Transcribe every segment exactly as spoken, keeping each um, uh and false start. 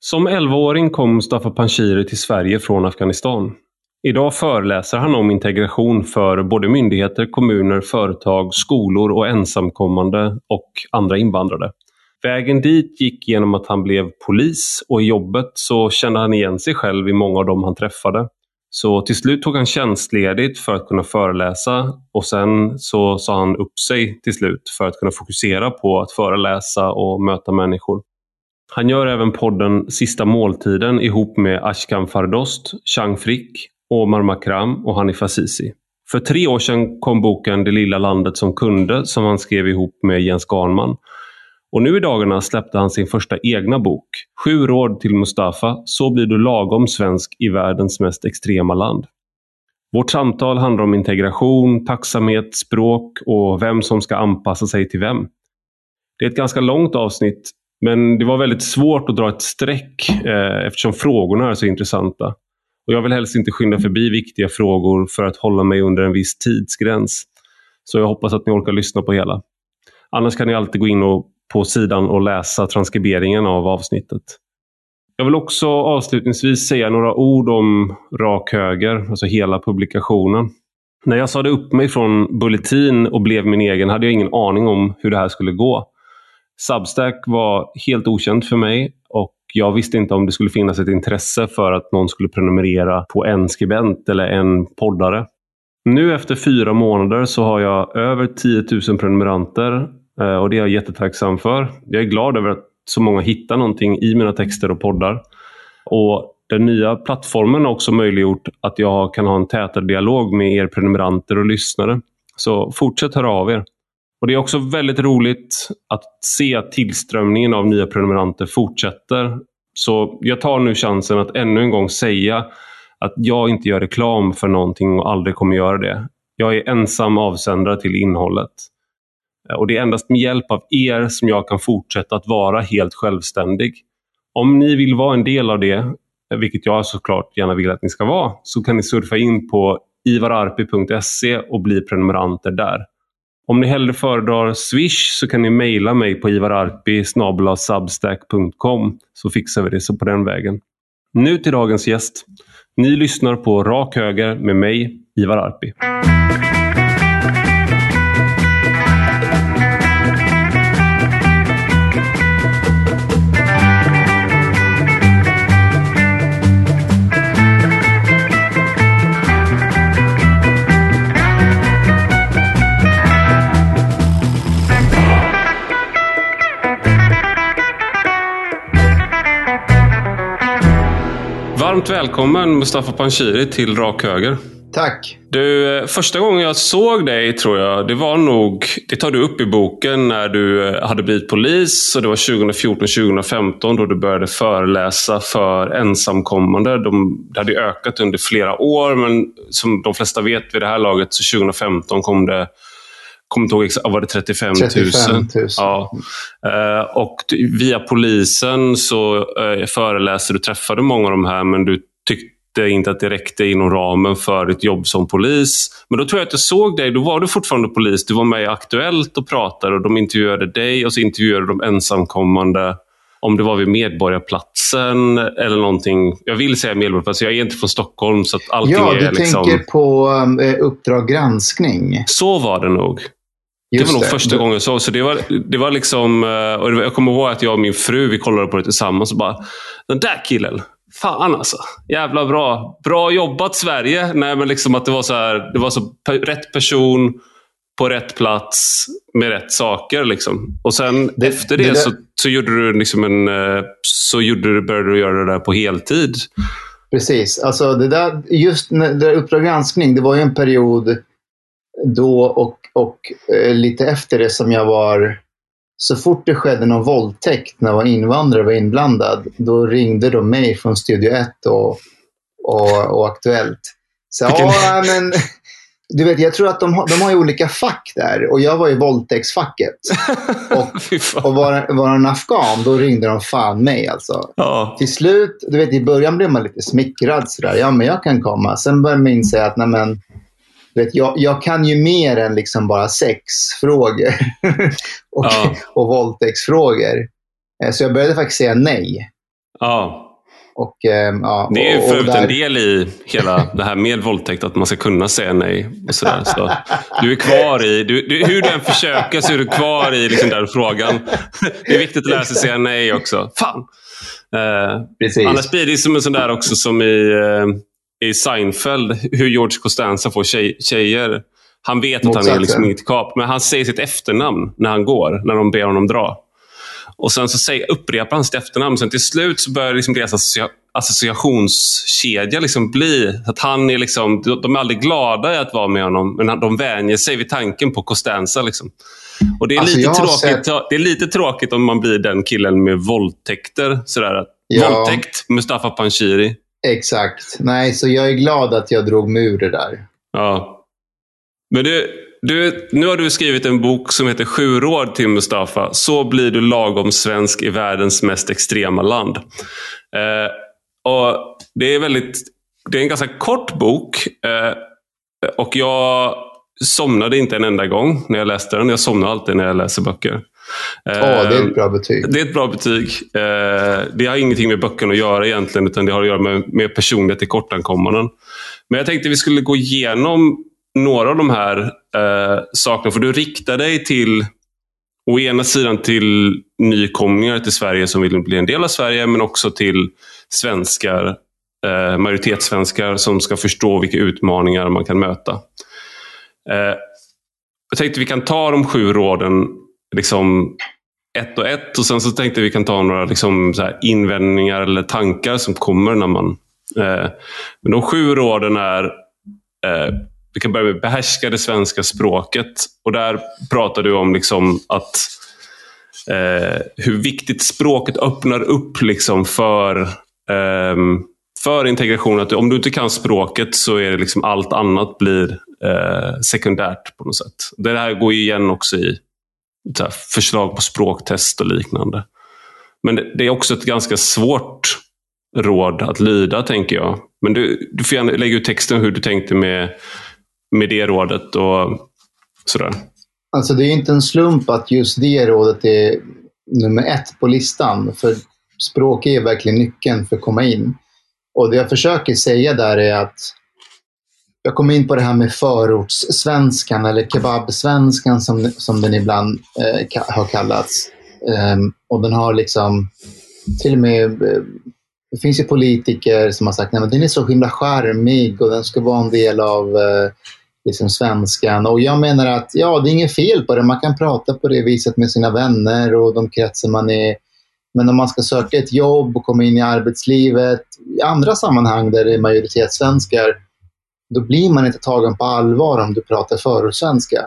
Som elvaåring kom Mustafa Panshiri till Sverige från Afghanistan. Idag föreläser han om integration för både myndigheter, kommuner, företag, skolor och ensamkommande och andra invandrare. Vägen dit gick genom att han blev polis, och i jobbet så kände han igen sig själv i många av dem han träffade. Så till slut tog han tjänstledigt för att kunna föreläsa, och sen så sa han upp sig till slut för att kunna fokusera på att föreläsa och möta människor. Han gör även podden Sista måltiden ihop med Ashkan Fardost, Chang Frick, Omar Makram och Hanif Azizi. För tre år sedan kom boken Det lilla landet som kunde, som han skrev ihop med Jens Garnman. Och nu i dagarna släppte han sin första egna bok, Sju råd till Mustafa, så blir du lagom svensk i världens mest extrema land. Vårt samtal handlar om integration, tacksamhet, språk och vem som ska anpassa sig till vem. Det är ett ganska långt avsnitt, men det var väldigt svårt att dra ett streck eh, eftersom frågorna är så intressanta. Och jag vill helst inte skynda förbi viktiga frågor för att hålla mig under en viss tidsgräns. Så jag hoppas att ni orkar lyssna på hela. Annars kan ni alltid gå in och, på sidan och läsa transkriberingen av avsnittet. Jag vill också avslutningsvis säga några ord om Rak höger, alltså hela publikationen. När jag sade upp mig från Bulletin och blev min egen hade jag ingen aning om hur det här skulle gå. Substack var helt okänt för mig, och jag visste inte om det skulle finnas ett intresse för att någon skulle prenumerera på en skribent eller en poddare. Nu efter fyra månader så har jag över tio tusen prenumeranter, och det är jag jättetacksam för. Jag är glad över att så många hittar någonting i mina texter och poddar. Och den nya plattformen har också möjliggjort att jag kan ha en tätare dialog med er prenumeranter och lyssnare. Så fortsätt höra av er. Och det är också väldigt roligt att se att tillströmningen av nya prenumeranter fortsätter. Så jag tar nu chansen att ännu en gång säga att jag inte gör reklam för någonting och aldrig kommer göra det. Jag är ensam avsändare till innehållet. Och det är endast med hjälp av er som jag kan fortsätta att vara helt självständig. Om ni vill vara en del av det, vilket jag såklart gärna vill att ni ska vara, så kan ni surfa in på ivararpi punkt se och bli prenumeranter där. Om ni hellre föredrar Swish så kan ni mejla mig på ivararpi snabel-a substack punkt com, så fixar vi det så på den vägen. Nu till dagens gäst. Ni lyssnar på Rak höger med mig, Ivar Arpi. Varmt välkommen Mustafa Panshiri till Rak höger. Tack. Du, första gången jag såg dig tror jag, det var nog, det tar du upp i boken när du hade blivit polis, och det var tjugo fjorton tjugo femton då du började föreläsa för ensamkommande. De, det hade ökat under flera år, men som de flesta vet vid det här laget så tjugo femton kom det kommer inte ihåg exakt, var det trettiofem tusen? Ja. Uh, och via polisen så uh, föreläste du, träffade många av de här, men du tyckte inte att det räckte inom ramen för ditt jobb som polis. Men då tror jag att jag såg dig, då var du fortfarande polis, du var med i Aktuellt och pratade, och de intervjuade dig och så intervjuade de ensamkommande, om det var vid Medborgarplatsen eller någonting. Jag vill säga Medborgarplatsen, jag är inte från Stockholm så att allting ja, är liksom... Ja, du tänker på um, Uppdrag granskning. Så var det nog. Just det var nog det. Första gången jag såg. Så det var, det var liksom, och jag kommer ihåg att jag och min fru, vi kollade på det tillsammans och bara, den där killen, fan alltså, jävla bra. Bra jobbat Sverige. Nej, men liksom att det var så här, det var så rätt person på rätt plats med rätt saker liksom. Och sen det, efter det, det så, så gjorde du liksom en, så gjorde du, började du göra det där på heltid. Precis. Alltså det där, just det där Uppdrag granskning, det var ju en period då och, och eh, lite efter det som jag var, så fort det skedde någon våldtäkt när jag var invandrare var inblandad, då ringde de mig från Studio ett och, och, och Aktuellt. Så ja, men du vet, jag tror att de har, de har ju olika fack där, och jag var i våldtäktsfacket. Och, och var, var en afghan, då ringde de fan mig alltså. Ja. Till slut, du vet, i början blev man lite smickrad sådär, ja men jag kan komma. Sen började man inse att nej men, vet, jag, jag kan ju mer än liksom bara sexfrågor och, ja. och våldtäktsfrågor. Så jag började faktiskt säga nej. Ja. Och, eh, ja, det är ju och, för och där... en del i hela det här med våldtäkt att man ska kunna säga nej. Och så där. Så du är kvar i, du, du, hur du än försöker så är du kvar i liksom den frågan. Det är viktigt att lära sig säga nej också. Fan! Eh, annars blir det som en sån där också som i, eh, i Seinfeld, hur George Costanza får tjej, tjejer. Han vet att han är liksom inget kap, men han säger sitt efternamn när han går, när de ber honom dra. Och sen så säger, upprepar han sitt efternamn. Sen till slut så börjar liksom deras associa- associationskedja liksom bli att han är liksom, de är aldrig glada i att vara med honom, men de vänjer sig vid tanken på Costanza liksom. Och det är, alltså, lite tråkigt, sett... det är lite tråkigt om man blir den killen med våldtäkter. Sådär. Ja. Våldtäkt, Mustafa Panshiri. Exakt. Nej, så jag är glad att jag drog mig ur det där. Ja. Men du, du, nu har du skrivit en bok som heter Sju råd till Mustafa. Så blir du lagom svensk i världens mest extrema land. Eh, och det är väldigt, det är en ganska kort bok. Eh, och jag somnade inte en enda gång när jag läste den. Jag somnar alltid när jag läser böcker. Ja, oh, det är ett bra betyg. Det är ett bra betyg. Det har ingenting med böckerna att göra egentligen, utan det har att göra med, med personliga tillkortakommanden. Men jag tänkte vi skulle gå igenom några av de här eh, sakerna. För du riktar dig till, å ena sidan till nykomlingar till Sverige som vill bli en del av Sverige, men också till svenskar, eh, majoritetssvenskar som ska förstå vilka utmaningar man kan möta. Eh, jag tänkte vi kan ta de sju råden liksom ett och ett, och sen så tänkte vi kan ta några liksom så här invändningar eller tankar som kommer när man... Eh, men de sju råden är... Eh, vi kan börja med behärska det svenska språket. Och där pratar du om liksom att eh, hur viktigt språket öppnar upp liksom för, eh, för integration. Att om du inte kan språket så är det liksom allt annat blir eh, sekundärt på något sätt. Det här går ju igen också i så här, förslag på språktest och liknande. Men det, det är också ett ganska svårt råd att lyda, tänker jag. Men du, du får gärna lägga ut texten hur du tänkte med, med det rådet och sådär. Alltså det är inte en slump att just det rådet är nummer ett på listan. För språk är verkligen nyckeln för att komma in. Och det jag försöker säga där är att jag kommer in på det här med förortssvenskan eller kebabsvenskan som, som den ibland eh, har kallats. Um, och den har liksom till och med eh, det finns ju politiker som har sagt att den är så himla charmig och den ska vara en del av eh, liksom svenskan. Och jag menar att ja, det är inget fel på det. Man kan prata på det viset med sina vänner och de kretsar man är. Men om man ska söka ett jobb och komma in i arbetslivet i andra sammanhang där det är majoritetssvenskar, då blir man inte tagen på allvar om du pratar förortssvenska.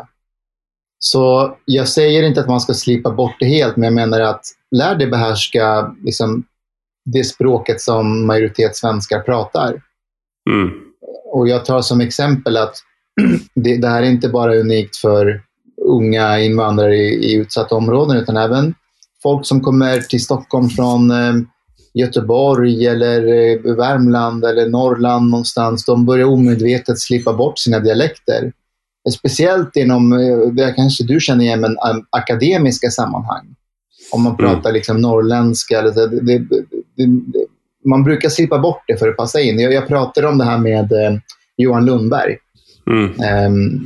Så jag säger inte att man ska slipa bort det helt, men jag menar att lär dig behärska liksom, det språket som majoritetssvenskar pratar. Mm. Och jag tar som exempel att det, det här är inte bara unikt för unga invandrare i, i utsatta områden, utan även folk som kommer till Stockholm från eh, Göteborg eller eh, Värmland eller Norrland någonstans. De börjar omedvetet slippa bort sina dialekter. Speciellt inom, det kanske du känner igen, men akademiska sammanhang. Om man pratar liksom norrländska. Eller så, det, det, det, man brukar slippa bort det för att passa in. Jag, jag pratade om det här med eh, Johan Lundberg. Mm. Eh,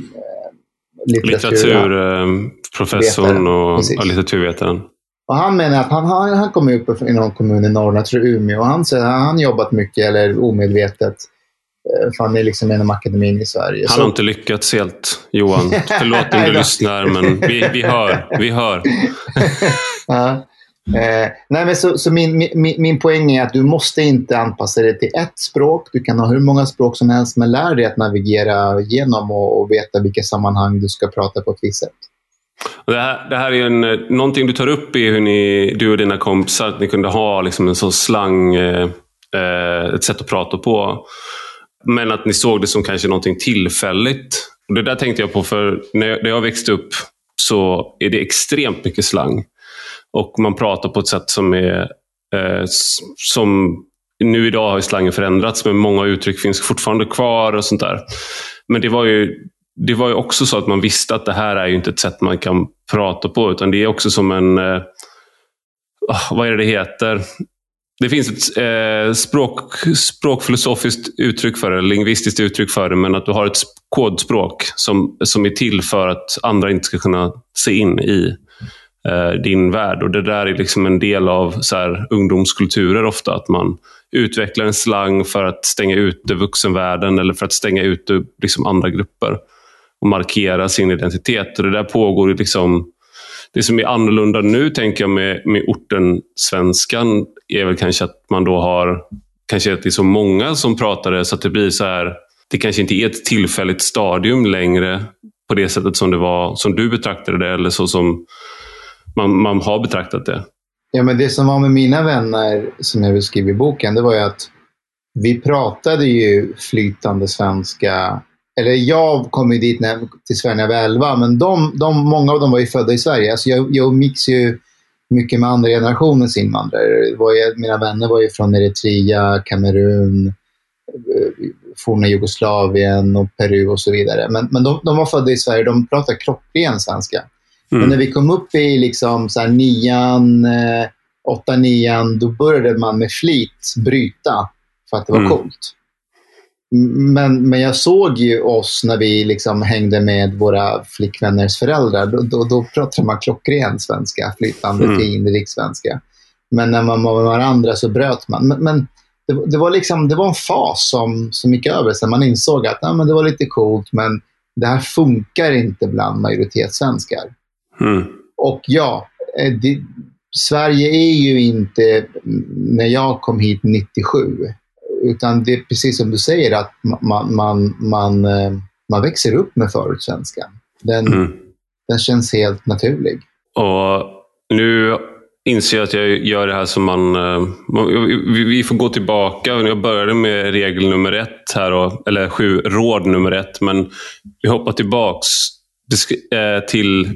Litteraturprofessorn och, och litteraturvetaren. Och han menar att han, han, han kommer upp i någon kommun i Norrland, jag tror Umeå. Och han säger att han har jobbat mycket eller omedvetet. För han är liksom inom akademin i Sverige. Han har så... inte lyckats helt, Johan. Förlåt om du lyssnar, men vi, vi hör. Vi hör. Ja. Eh, nej, men så, så min, min, min poäng är att du måste inte anpassa dig till ett språk. Du kan ha hur många språk som helst, men lär dig att navigera igenom och, och veta vilka sammanhang du ska prata på ett visst sätt. Det här, det här är en, någonting du tar upp i hur ni, du och dina kompisar, att ni kunde ha liksom en sån slang, eh, ett sätt att prata på. Men att ni såg det som kanske någonting tillfälligt. Och det där tänkte jag på, för när jag, när jag växte upp så är det extremt mycket slang. Och man pratar på ett sätt som är eh, som nu idag har slangen förändrats, men många uttryck finns fortfarande kvar och sånt där. Men det var ju det var ju också så att man visste att det här är ju inte ett sätt man kan prata på, utan det är också som en eh, vad är det det heter? Det finns ett eh, språk, språkfilosofiskt uttryck för det, lingvistiskt uttryck för det, men att du har ett kodspråk som, som är till för att andra inte ska kunna se in i eh, din värld. Och det där är liksom en del av så här, ungdomskulturer ofta, att man utvecklar en slang för att stänga ute vuxenvärlden eller för att stänga ute liksom, andra grupper och markera sin identitet. Och det där pågår liksom. Det som är annorlunda nu, tänker jag, med, med orten svenskan är väl kanske att man då har, kanske att det är så många som pratar det, så att det blir så här, det kanske inte är ett tillfälligt stadium längre på det sättet som det var, som du betraktade det, eller så som man, man har betraktat det. Ja, men det som var med mina vänner som jag beskriver i boken, det var ju att vi pratade ju flytande svenska. Eller jag kom ju dit när, till Sverige när jag var elva, men de, de, många av dem var ju födda i Sverige. Alltså jag, jag mix ju mycket med andra generationens invandrare. Det var ju, mina vänner var ju från Eritrea, Kamerun, forna Jugoslavien och Peru och så vidare. Men, men de, de var födda i Sverige, de pratade klockren svenska. Mm. Men när vi kom upp i liksom så här nian, eh, åtta, nian, då började man med flit bryta för att det var mm. coolt. Men, men jag såg ju oss när vi liksom hängde med våra flickvänners föräldrar. Då, då, då pratade man klockren svenska, flytande, mm. fin, rikssvenska. Men när man var med varandra så bröt man. Men, men det, det, var liksom, det var en fas som, som gick över. Så man insåg att ja, men det var lite coolt, men det här funkar inte bland majoritetssvenskar. Mm. Och ja, det, Sverige är ju inte, när jag kom hit nittiosju, utan det är precis som du säger, att man, man, man, man växer upp med förutsvenskan. Den, mm. den känns helt naturlig. Och nu inser jag att jag gör det här som man... Vi får gå tillbaka. Jag började med regel nummer ett här, och, eller sju, råd nummer ett. Men vi hoppar tillbaks till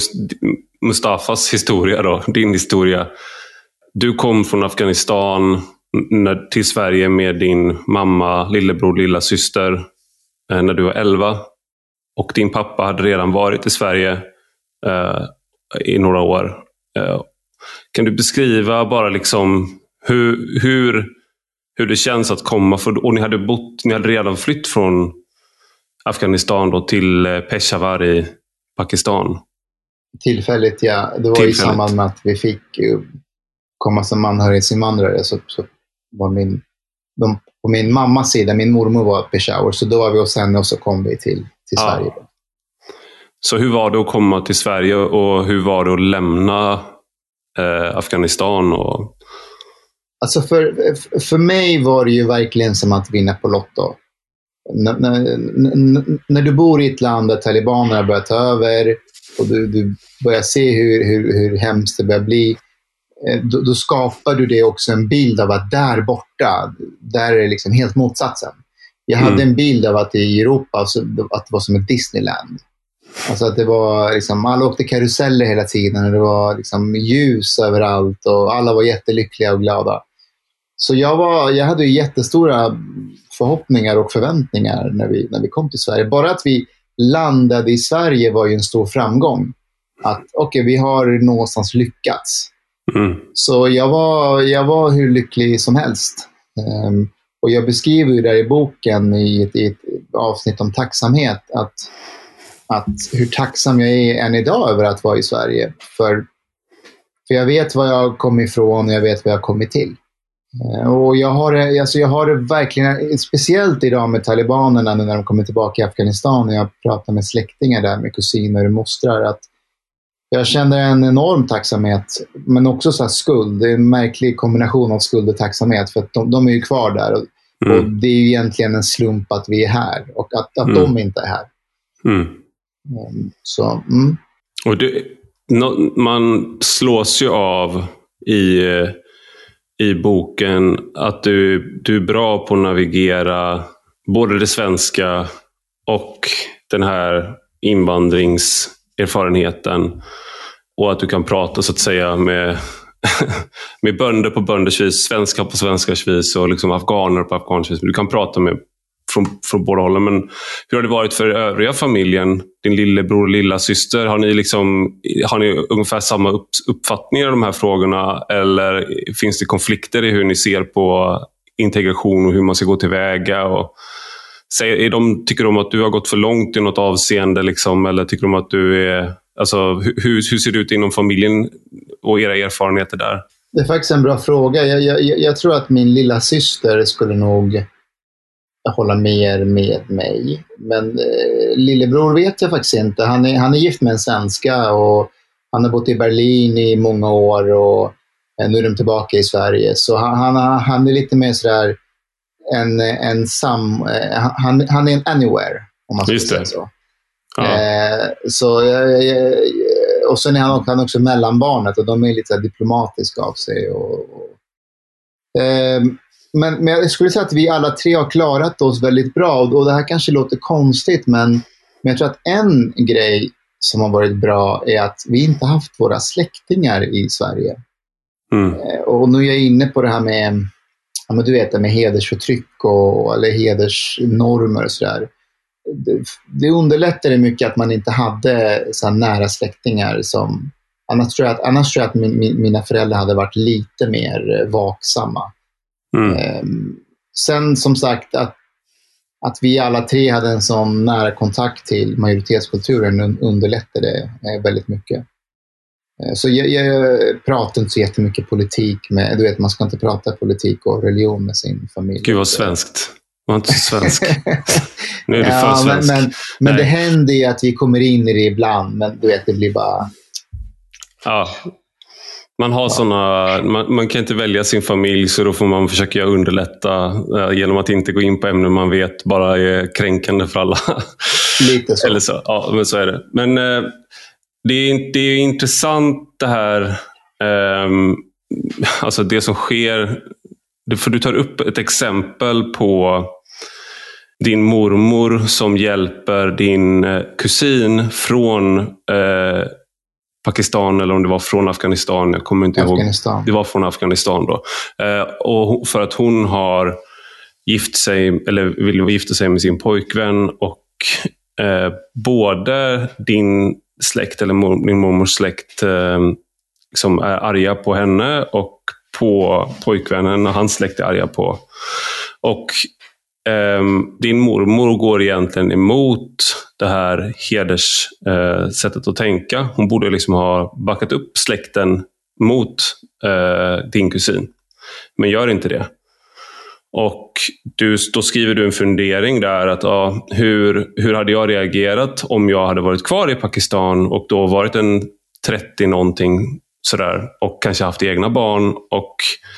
Mustafas historia då, din historia. Du kom från Afghanistan när, till Sverige med din mamma, lillebror, lilla syster eh, när du var elva. Och din pappa hade redan varit i Sverige eh, i några år. Eh, kan du beskriva bara liksom hur, hur, hur det känns att komma? För, och ni hade, bott, ni hade redan flytt från Afghanistan då till Peshawar i Pakistan. Tillfälligt, ja. Det var Tillfälligt. I samband med att vi fick komma som anhörighetsinvandrare, så, så var min, de, på min mammas sida, min mormor var Peshawar, så då var vi hos henne och så kom vi till, till ah. Sverige. Så hur var det att komma till Sverige och hur var det att lämna eh, Afghanistan? Och... Alltså för, för mig var det ju verkligen som att vinna på Lotto. N- n- n- när du bor i ett land där talibanerna börjar ta över och du, du börjar se hur, hur, hur hemskt det börjar bli, Då, då skapar du det också en bild av att där borta, där är det liksom helt motsatsen. Jag hade mm. en bild av att i Europa så, att det var som ett Disneyland. Alltså att det var liksom, alla åkte karuseller hela tiden och det var liksom ljus överallt och alla var jättelyckliga och glada. Så jag, var, jag hade ju jättestora förhoppningar och förväntningar när vi, när vi kom till Sverige. Bara att vi landade i Sverige var ju en stor framgång. Att okej, okay, vi har någonstans lyckats. Mm. Så jag var, jag var hur lycklig som helst. Um, och jag beskriver ju där i boken i ett, i ett avsnitt om tacksamhet att, att hur tacksam jag är än idag över att vara i Sverige. För, för jag vet var jag kom ifrån och jag vet vad jag kommit till. Uh, och jag har, alltså jag har det verkligen, speciellt idag med talibanerna när de kommer tillbaka i Afghanistan och jag pratar med släktingar där, med kusiner och mostrar, att jag känner en enorm tacksamhet, men också så här skuld. Det är en märklig kombination av skuld och tacksamhet, för att de, de är ju kvar där. Och, mm. och det är ju egentligen en slump att vi är här och att, att mm. de inte är här. Mm. Um, så, mm. Och det, no, man slås ju av i, i boken att du, du är bra på att navigera både det svenska och den här invandrings erfarenheten, och att du kan prata så att säga med, med bönder på bönders vis, svenskar på svenskars vis och liksom afghaner på afghaners vis. Du kan prata med från, från båda hållen. Men hur har det varit för övriga familjen? Din lillebror och lilla syster, har ni, liksom, har ni ungefär samma upp, uppfattningar i de här frågorna? Eller finns det konflikter i hur ni ser på integration och hur man ska gå tillväga? Och, är de, tycker de att du har gått för långt i något avseende? Liksom, eller tycker de att du är... Alltså, hur, hur ser det ut inom familjen och era erfarenheter där? Det är faktiskt en bra fråga. Jag, jag, jag tror att min lilla syster skulle nog hålla mer med mig. Men eh, lillebror vet jag faktiskt inte. Han är, han är gift med en svenska och han har bott i Berlin i många år och eh, nu är de tillbaka i Sverige. Så han, han, han är lite mer sådär en, en sam... Eh, han, han är en anywhere, om man ska säga så. Ja. Eh, så jag, jag, och sen är han också, han också mellanbarnet och de är lite så diplomatiska av sig. Och, och, eh, men, men jag skulle säga att vi alla tre har klarat oss väldigt bra och, och det här kanske låter konstigt men, men jag tror att en grej som har varit bra är att vi inte haft våra släktingar i Sverige. Mm. Eh, och nu är jag inne på det här med, ja, men du vet, det med hedersförtryck och, eller hedersnormer och sådär. Det, det underlättar det mycket att man inte hade så här nära släktingar som, annars tror jag att, annars tror jag att min, min, mina föräldrar hade varit lite mer vaksamma. Mm. Eh, sen som sagt att, att vi alla tre hade en sån nära kontakt till majoritetskulturen underlättade eh, väldigt mycket. Eh, så jag, jag pratar inte så jättemycket politik med, du vet man ska inte prata politik och religion med sin familj. Gud vad svenskt. Man är inte svensk. Nu är du ja, för svensk. Men, men, men det händer ju att vi kommer in i det ibland. Men du vet, det blir bara... Ja. Man har ja. såna... Man, man kan inte välja sin familj så då får man försöka underlätta eh, genom att inte gå in på ämnen man vet bara är kränkande för alla. Lite så. Eller så. Ja, men så är det. Men eh, det, är, det är intressant det här... Eh, alltså det som sker... För du tar upp ett exempel på din mormor som hjälper din kusin från eh, Pakistan eller om det var från Afghanistan. Jag kommer inte Afghanistan. ihåg. Det var från Afghanistan då. Eh, och för att hon har gift sig eller vill gifta sig med sin pojkvän och eh, både din släkt eller mor, din mormors släkt eh, som är arga på henne och på pojkvännen och hans släkt är arga på. Och eh, din mormor går egentligen emot det här heders eh, sättet att tänka. Hon borde liksom ha backat upp släkten mot eh, din kusin. Men gör inte det. Och du, då skriver du en fundering där att ja, hur, hur hade jag reagerat om jag hade varit kvar i Pakistan och då varit en trettio någonting sådär, och kanske haft egna barn och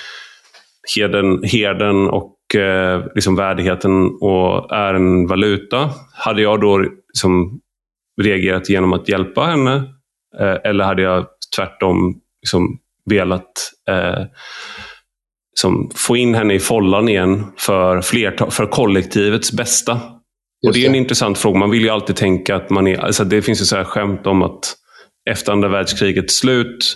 heden, heden och eh, liksom värdigheten och är en valuta. Hade jag då liksom reagerat genom att hjälpa henne eh, eller hade jag tvärtom liksom velat eh, liksom få in henne i follan igen för, flertal, för kollektivets bästa? Just och det är en det. intressant fråga. Man vill ju alltid tänka att man är... Alltså det finns ju så här skämt om att efter andra världskrigets slut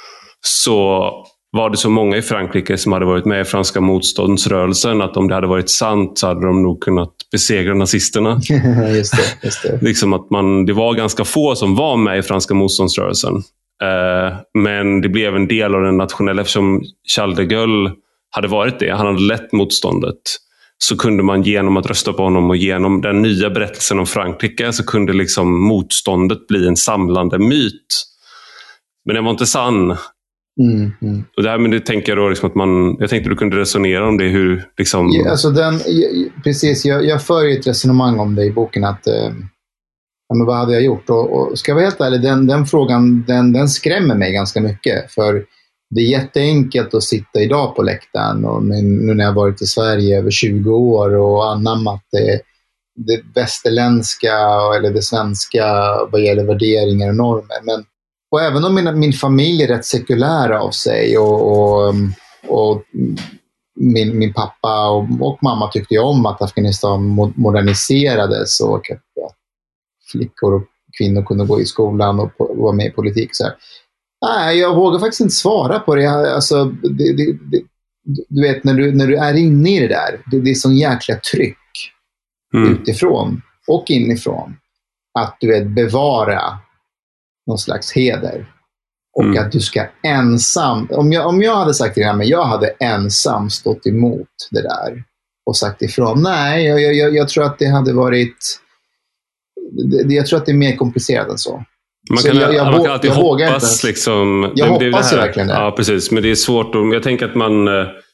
så var det så många i Frankrike som hade varit med i franska motståndsrörelsen att om det hade varit sant så hade de nog kunnat besegra nazisterna. just det, just det. Liksom att man, det var ganska få som var med i franska motståndsrörelsen. Eh, men det blev en del av den nationella, eftersom Charles de Gaulle hade varit det, han hade lett motståndet, så kunde man genom att rösta på honom och genom den nya berättelsen om Frankrike så kunde liksom motståndet bli en samlande myt. Men den var inte sann. Mm, mm. Och där, men det tänker jag då liksom att man, jag tänkte du kunde resonera om det, hur liksom... Ja, alltså den, precis, jag, jag för ett resonemang om det i boken att eh, ja, men vad hade jag gjort? Och, och ska jag vara helt ärlig, den, den frågan den, den skrämmer mig ganska mycket, för det är jätteenkelt att sitta idag på läktaren och nu när jag varit i Sverige över tjugo år och anammat det, det västerländska eller det svenska vad gäller värderingar och normer. Men, och även om min, min familj är rätt sekulär av sig och, och, och min, min pappa och, och mamma tyckte jag om att Afghanistan moderniserades och att flickor och kvinnor kunde gå i skolan och vara med i politik. Så här. Nej, jag vågar faktiskt inte svara på det. Alltså, det, det, det du vet, när du, när du är inne i det där, det, det är sån jäkla tryck. mm. utifrån och inifrån. Att du vet, bevara någon slags heder. Och mm. att du ska ensam, om jag, om jag hade sagt det här, men jag hade ensam stått emot det där och sagt ifrån. Nej, jag, jag, jag tror att det hade varit, det, jag tror att det är mer komplicerat än så. Man kan, jag, jag, man kan alltid jag hoppas liksom, jag det, hoppas det är det här, verkligen det. Ja, precis, men det är svårt att, jag tänker att man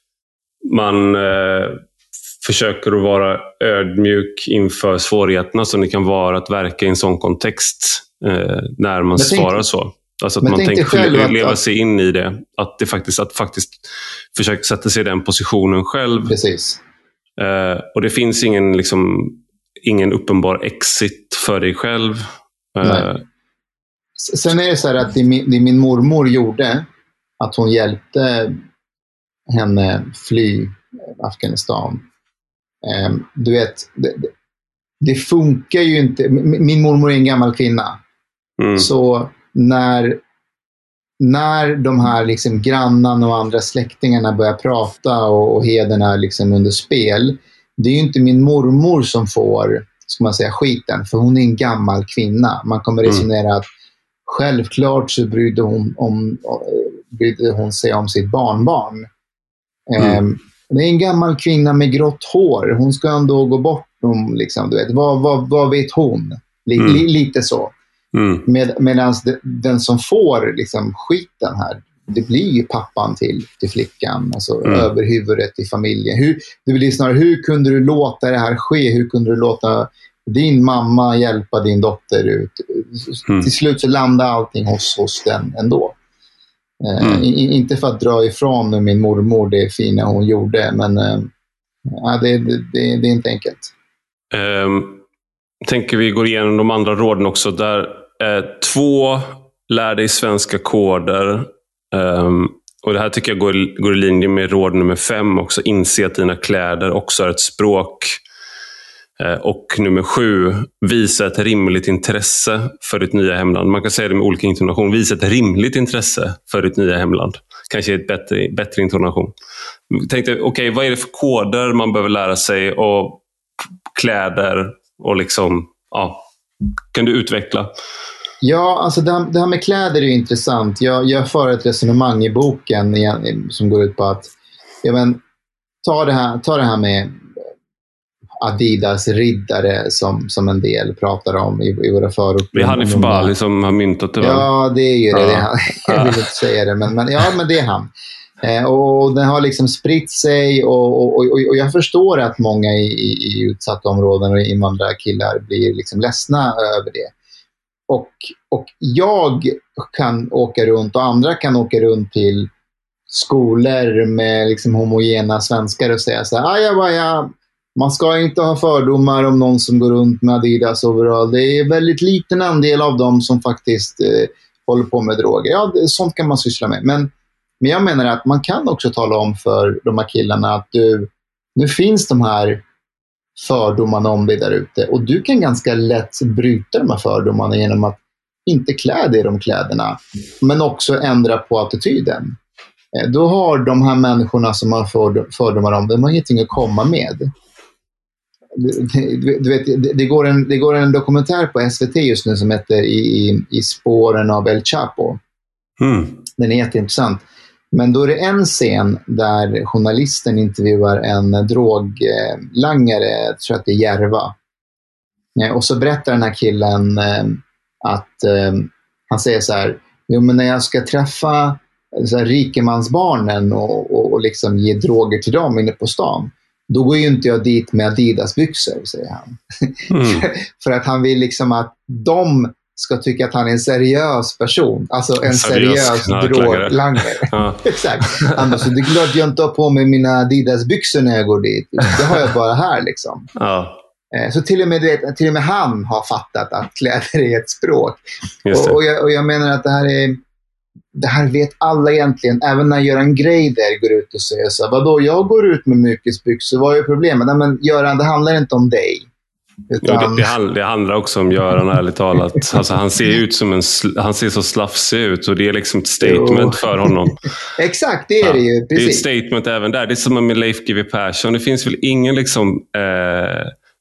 man eh, försöker att vara ödmjuk inför svårigheterna som det kan vara att verka i en sån kontext eh, när man tänk, svarar så. Alltså att man tänker själv att, leva sig in i det. Att det faktiskt, att faktiskt försöka sätta sig i den positionen själv. Precis. Eh, och det finns ingen, liksom, ingen uppenbar exit för dig själv. Eh, Nej. Sen är det så här att det min, det min mormor gjorde, att hon hjälpte henne fly Afghanistan. Eh, du vet, det, det funkar ju inte. Min mormor är en gammal kvinna. Mm. Så när, när de här liksom grannarna och andra släktingarna börjar prata och, och heden är liksom under spel, det är ju inte min mormor som får, ska man säga, skiten, för hon är en gammal kvinna. Man kommer resonera mm. att självklart så brydde hon, om, brydde hon sig om sitt barnbarn. Mm. Um, det är en gammal kvinna med grått hår. Hon ska ändå gå bort om, liksom, du vet, vad, vad, vad vet hon? L- mm. li- lite så. Mm. Med, medan de, den som får liksom, skiten här, det blir ju pappan till, till flickan. Alltså mm. överhuvudet i familjen. Hur, det blir snarare, hur kunde du låta det här ske? Hur kunde du låta din mamma hjälpa din dotter ut? Mm. Till slut så landade allting hos, hos den ändå. Mm. Uh, i, inte för att dra ifrån min mormor det fina hon gjorde, men uh, ja, det, det, det, det är inte enkelt. Um, tänker vi går igenom de andra råden också. Där uh, två, lär dig svenska koder. Um, och det här tycker jag går, går i linje med råd nummer fem också. Inse att dina kläder också är ett språk. Och nummer sju, visa ett rimligt intresse för ditt nya hemland. Man kan säga det med olika intonation. Visa ett rimligt intresse för ditt nya hemland. Kanske ett bättre, bättre intonation. Tänkte, okej, okay, vad är det för koder man behöver lära sig? Och kläder och liksom, ja, kan du utveckla? Ja, alltså det här, det här med kläder är ju intressant. Jag, jag för ett resonemang i boken som går ut på att, ja, men, ta, det här, ta det här med Adidas riddare som, som en del pratar om i, i våra förorter. Det är Hanif Bali som har myntat det, va? Ja, det är ju det. Ja. det är han. Jag vill inte säga det, men, men, ja, men det är han. Eh, och den har liksom spritt sig och, och, och, och jag förstår att många i, i, i utsatta områden och invandrarkillar blir liksom ledsna över det. Och, och jag kan åka runt och andra kan åka runt till skolor med liksom homogena svenskar och säga så här, ajabaja, man ska inte ha fördomar om någon som går runt med Adidas overall. Det är väldigt liten andel av dem som faktiskt eh, håller på med droger. Ja, det, sånt kan man syssla med. Men, men jag menar att man kan också tala om för de här killarna att du, nu finns de här fördomarna om dig där ute. Och du kan ganska lätt bryta de här fördomarna genom att inte klä dig i de kläderna. Men också ändra på attityden. Eh, då har de här människorna som har fördomar om dig, de har ingenting att komma med. Du, du vet, det, det, går en, det går en dokumentär på S V T just nu som heter I, i, i spåren av El Chapo. Mm. Den är jätteintressant. Men då är det en scen där journalisten intervjuar en droglangare, jag tror att det är Järva. Och så berättar den här killen att han säger så här, jo, men när jag ska träffa så här, rikemansbarnen och, och, och liksom ge droger till dem inne på stan, då går ju inte jag dit med Adidas-byxor, säger han. Mm. för, för att han vill liksom att de ska tycka att han är en seriös person. Alltså en seriös, seriös droglangare. Ja. Exakt. Annars, det är klart jag inte har på mig mina Adidas-byxor när jag går dit. Det har jag bara här liksom. Ja. Så till och, med, till och med han har fattat att kläder är ett språk. Och, och, jag, och jag menar att det här är... Det här vet alla egentligen. Även när Göran Greider går ut och säger så här, vadå, jag går ut med mykesbyxor, vad är problemet? Nej, men Göran, det handlar inte om dig. Utan... Ja, det, det, handlar, det handlar också om Göran, ärligt talat. Alltså, han ser ut som en, han ser så slafsig ut och det är liksom ett statement jo. för honom. Exakt, det är ja, det ju. Precis. Det är ett statement även där. Det är som med Leif G W Persson. Det finns väl ingen liksom... Eh,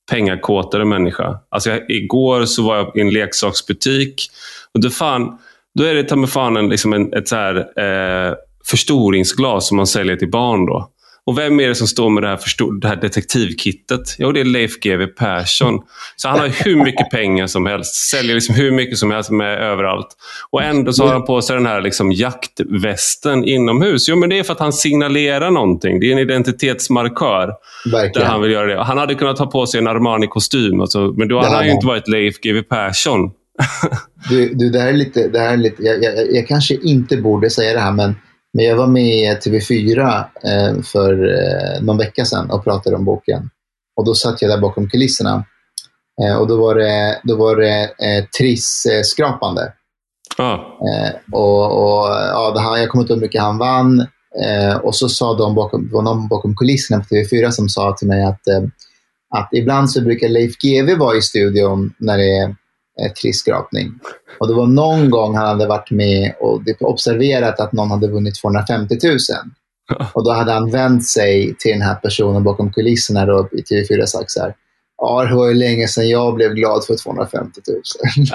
pengakåtare människa. Alltså jag, igår så var jag i en leksaksbutik och då, fan, då är det ta med fan en, liksom en, ett så här, eh, förstoringsglas som man säljer till barn då. Och vem är det som står med det här, förstor- det här detektivkittet? Jo, det är Leif G W Persson. Så han har hur mycket pengar som helst. Säljer liksom hur mycket som helst med överallt. Och ändå så har han på sig den här liksom jaktvästen inomhus. Jo, men det är för att han signalerar någonting. Det är en identitetsmarkör. Verkligen. Där han vill göra det. Han hade kunnat ta på sig en Armani-kostym. Alltså, men då hade han ju inte varit Leif G W Persson. du, du, det här är lite... Det här är lite jag, jag, jag kanske inte borde säga det här, men Men jag var med i T V fyra eh, för eh, någon vecka sedan och pratade om boken. Och då satt jag där bakom kulisserna. Eh, och då var det, då var det eh, Triss-skrapande. Ah. Eh, och och ja, det här, jag kommer inte ihåg hur mycket han vann. Eh, och så sa de bakom, var någon bakom kulisserna på T V fyra som sa till mig att, eh, att ibland så brukar Leif G W vara i studion när det är eh, Triss-skrapning. Och det var någon gång han hade varit med och observerat att någon hade vunnit tvåhundrafemtio tusen. Och då hade han vänt sig till den här personen bakom kulisserna då i T V fyra och sagt så här: ja, det var ju länge sedan jag blev glad för tvåhundrafemtio tusen.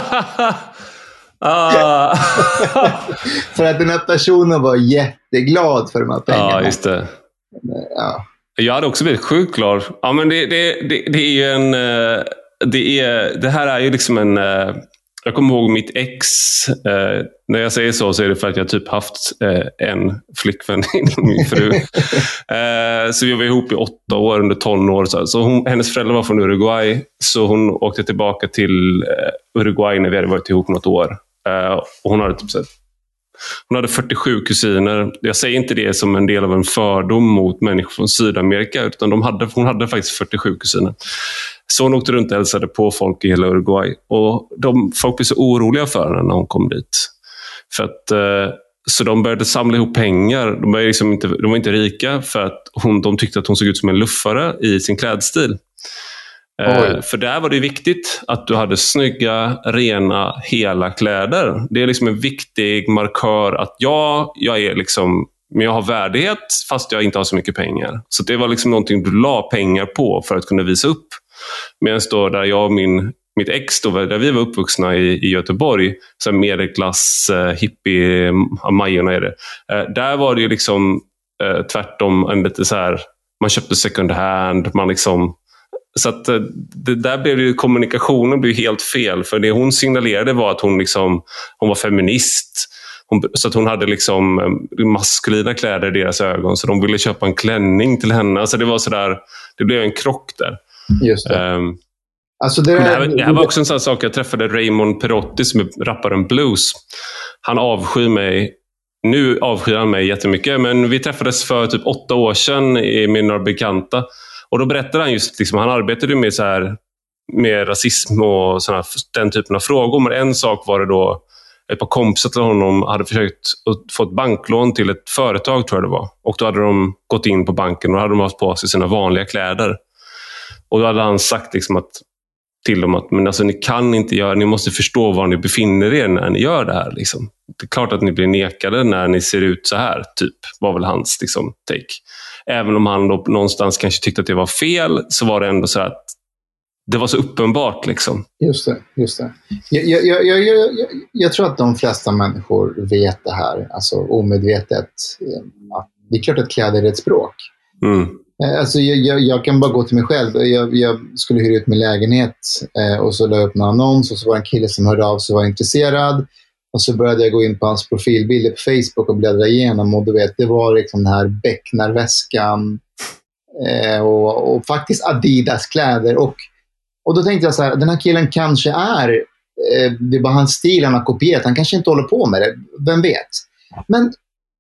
ah. För att den här personen var jätteglad för de här pengarna. Ja, just det. Ja. Jag hade också blivit sjukt glad. Ja, men det, det, det, det är ju en... Det, är, det här är ju liksom en... Jag kommer ihåg mitt ex. Eh, när jag säger så så är det för att jag typ haft eh, en flickvän innan min fru. eh, så vi var ihop i åtta år under tonår. Så, så hon, hennes föräldrar var från Uruguay. Så hon åkte tillbaka till eh, Uruguay när vi hade varit ihop något år. Eh, och hon hade typ så, hon hade fyrtiosju kusiner. Jag säger inte det som en del av en fördom mot människor från Sydamerika. Utan de hade, hon hade faktiskt fyrtiosju kusiner. Så hon åkte runt och hälsade på folk i hela Uruguay. Och de, folk blev så oroliga för henne när hon kom dit. För att, eh, så de började samla ihop pengar. De, började liksom inte, de var inte rika för att hon, de tyckte att hon såg ut som en luffare i sin klädstil. Eh, för där var det viktigt att du hade snygga, rena, hela kläder. Det är liksom en viktig markör att ja, jag är liksom... Men jag har värdighet fast jag inte har så mycket pengar. Så det var liksom någonting du la pengar på för att kunna visa upp. Medan då där jag och min, mitt ex, då, där vi var uppvuxna i, i Göteborg, så medelklass, eh, hippie, Majorna är det. Eh, där var det ju liksom eh, tvärtom en lite så här, man köpte second hand, man liksom... Så att eh, det, där blev det ju, kommunikationen blev helt fel. För det hon signalerade var att hon liksom, hon var feminist. Hon, så att hon hade liksom maskulina kläder i deras ögon. Så de ville köpa en klänning till henne. Alltså det var så där, det blev en krock där. Just det. Um, alltså det, det, här, det här var också en sån sak. Jag träffade Raymond Perotti som är rapparen blues. Han avskyr mig. Nu avskyr han mig jättemycket. Men vi träffades för typ åtta år sedan med några bekanta. Och då berättade han just, liksom, han arbetade med så här, med rasism och såna, den typen av frågor. Men en sak var det då, ett par kompisar till honom hade försökt att få ett banklån till ett företag, tror jag det var. Och då hade de gått in på banken och hade de haft på sig sina vanliga kläder. Och då hade han sagt liksom att, till dem att men alltså, ni kan inte göra, ni måste förstå var ni befinner er när ni gör det här. Liksom. Det är klart att ni blir nekade när ni ser ut så här, typ, var väl hans liksom, take. Även om han då någonstans kanske tyckte att det var fel, så var det ändå så att det var så uppenbart. Liksom. Just det, just det. Jag, jag, jag, jag, jag, jag tror att de flesta människor vet det här, alltså omedvetet. Att det är klart att kläder är ett språk. Mm. Alltså, jag, jag, jag kan bara gå till mig själv. Jag, jag skulle hyra ut min lägenhet eh, och så la jag upp en annons och så var det en kille som hörde av sig och var intresserad. Och så började jag gå in på hans profilbilder på Facebook och bläddra igenom. Och du vet, det var liksom den här Becknarväskan eh, och, och faktiskt Adidas kläder. Och, och då tänkte jag så här, den här killen kanske är, eh, det var hans stil han har kopierat. Han kanske inte håller på med det, vem vet. Men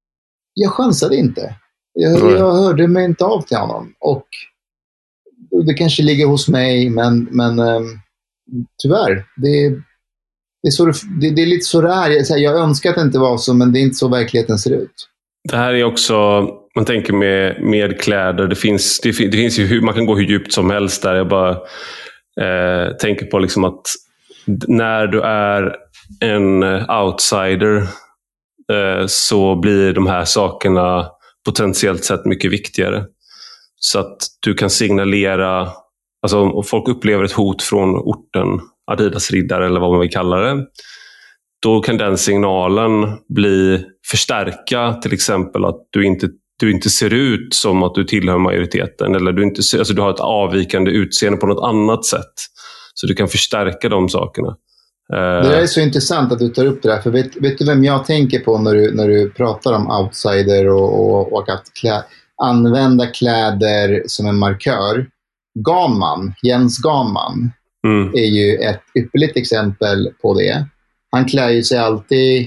jag chansade inte. Jag, jag hörde mig inte av till honom. Och det kanske ligger hos mig, men, men eh, tyvärr, det är... Det är, så, det, det är lite så det är. Jag, jag önskar att det inte var så, men det är inte så verkligheten ser ut. Det här är också, man tänker med, med kläder, det finns, det, det finns ju, man kan gå hur djupt som helst där. Jag bara eh, tänker på liksom att när du är en outsider eh, så blir de här sakerna potentiellt sett mycket viktigare. Så att du kan signalera alltså folk upplever ett hot från orten, Adidas-riddare eller vad man vill kalla det, då kan den signalen bli förstärka till exempel att du inte, du inte ser ut som att du tillhör majoriteten, eller du, inte, alltså du har ett avvikande utseende på något annat sätt. Så du kan förstärka de sakerna. Det är så intressant att du tar upp det där, för vet, vet du vem jag tänker på när du, när du pratar om outsider och, och, och att klä, använda kläder som en markör? Ganman, Jens Ganman, mm. är ju ett ypperligt exempel på det. Han klär ju sig alltid,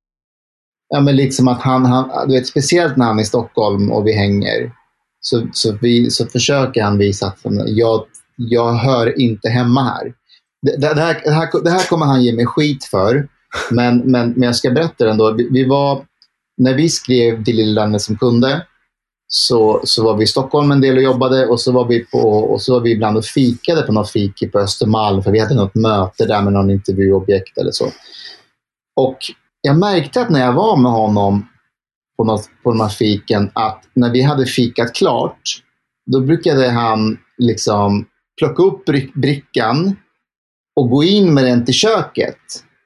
ja, men lite som att han, han du vet, speciellt när han är i Stockholm och vi hänger, så, så, vi, så försöker han visa att jag, jag hör inte hemma här. Det, det, här, det, här, det här kommer han ge mig skit för, men, men, men jag ska berätta det ändå. Vi, vi var, när vi skrev till Lilla Danne som kunde, så, så var vi i Stockholm en del och jobbade, och så var vi, på, och så var vi ibland och fikade på något fik på Östermalm, för vi hade något möte där med någon intervjuobjekt eller så. Och jag märkte att när jag var med honom på, något, på de här fiken, att när vi hade fikat klart, då brukade han liksom plocka upp brickan och gå in med den till köket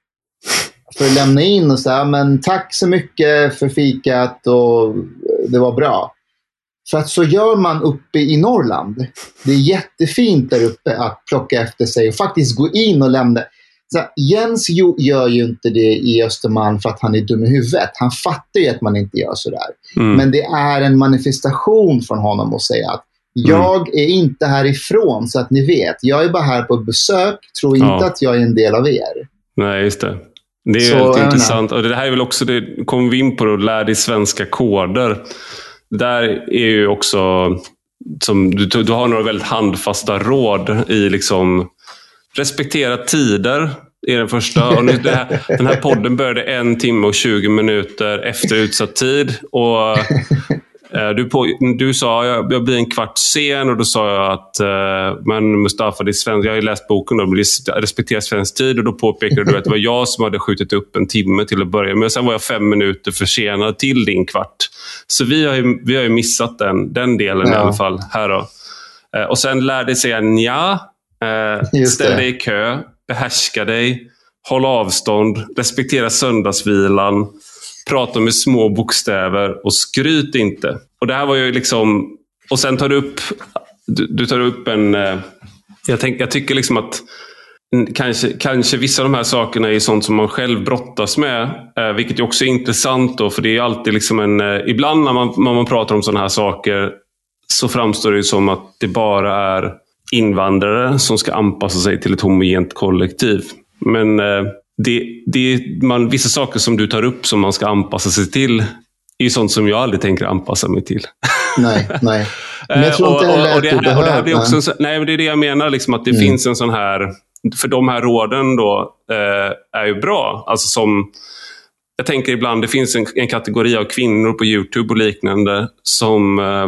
för att lämna in och säga, men tack så mycket för fikat och det var bra. För att så gör man uppe i Norrland. Det är jättefint där uppe att plocka efter sig och faktiskt gå in och lämna. Så Jens gör ju inte det i Östermalm för att han är dum i huvudet. Han fattar ju att man inte gör sådär. Mm. Men det är en manifestation från honom att säga att jag mm. är inte härifrån, så att ni vet. Jag är bara här på besök. Tror inte ja. att jag är en del av er. Nej, just det. Det är så, väldigt intressant. Och det här är väl också, det kommer vi in på, att lära dig svenska koder. Där är ju också, som, du, du har några väldigt handfasta råd i liksom respektera tider är den första. Och nu, det här, den här podden började en timme och tjugo minuter efter utsatt tid. Och eh, du, på, du sa jag, jag blir en kvart sen, och då sa jag att eh, men Mustafa, det är svensk, jag har ju läst boken och respektera svensk tid, och då påpekade du att det var jag som hade skjutit upp en timme till att börja. Men sen var jag fem minuter försenad till din kvart. Så vi har ju, vi har ju missat den, den delen ja. i alla fall här då. Eh, och sen lärde sig jag nja. Eh, ställ dig i kö, behärska dig, håll avstånd, respektera söndagsvilan, prata med små bokstäver och skryt inte. Och det här var ju liksom, och sen tar du upp du, du tar upp en eh, jag, tänk, jag tycker liksom att kanske, kanske vissa av de här sakerna är sånt som man själv brottas med, eh, vilket är också intressant då, för det är alltid liksom en, eh, ibland när man, när man pratar om sådana här saker så framstår det ju som att det bara är invandrare som ska anpassa sig till ett homogent kollektiv. Men eh, det, det man, vissa saker som du tar upp som man ska anpassa sig till är ju sånt som jag aldrig tänker anpassa mig till. Nej, nej. Men jag tror inte heller att du behöver. Nej, men det är det jag menar, liksom, att det mm. finns en sån här, för de här råden då eh, är ju bra. Alltså som, jag tänker ibland, det finns en, en kategori av kvinnor på YouTube och liknande som eh,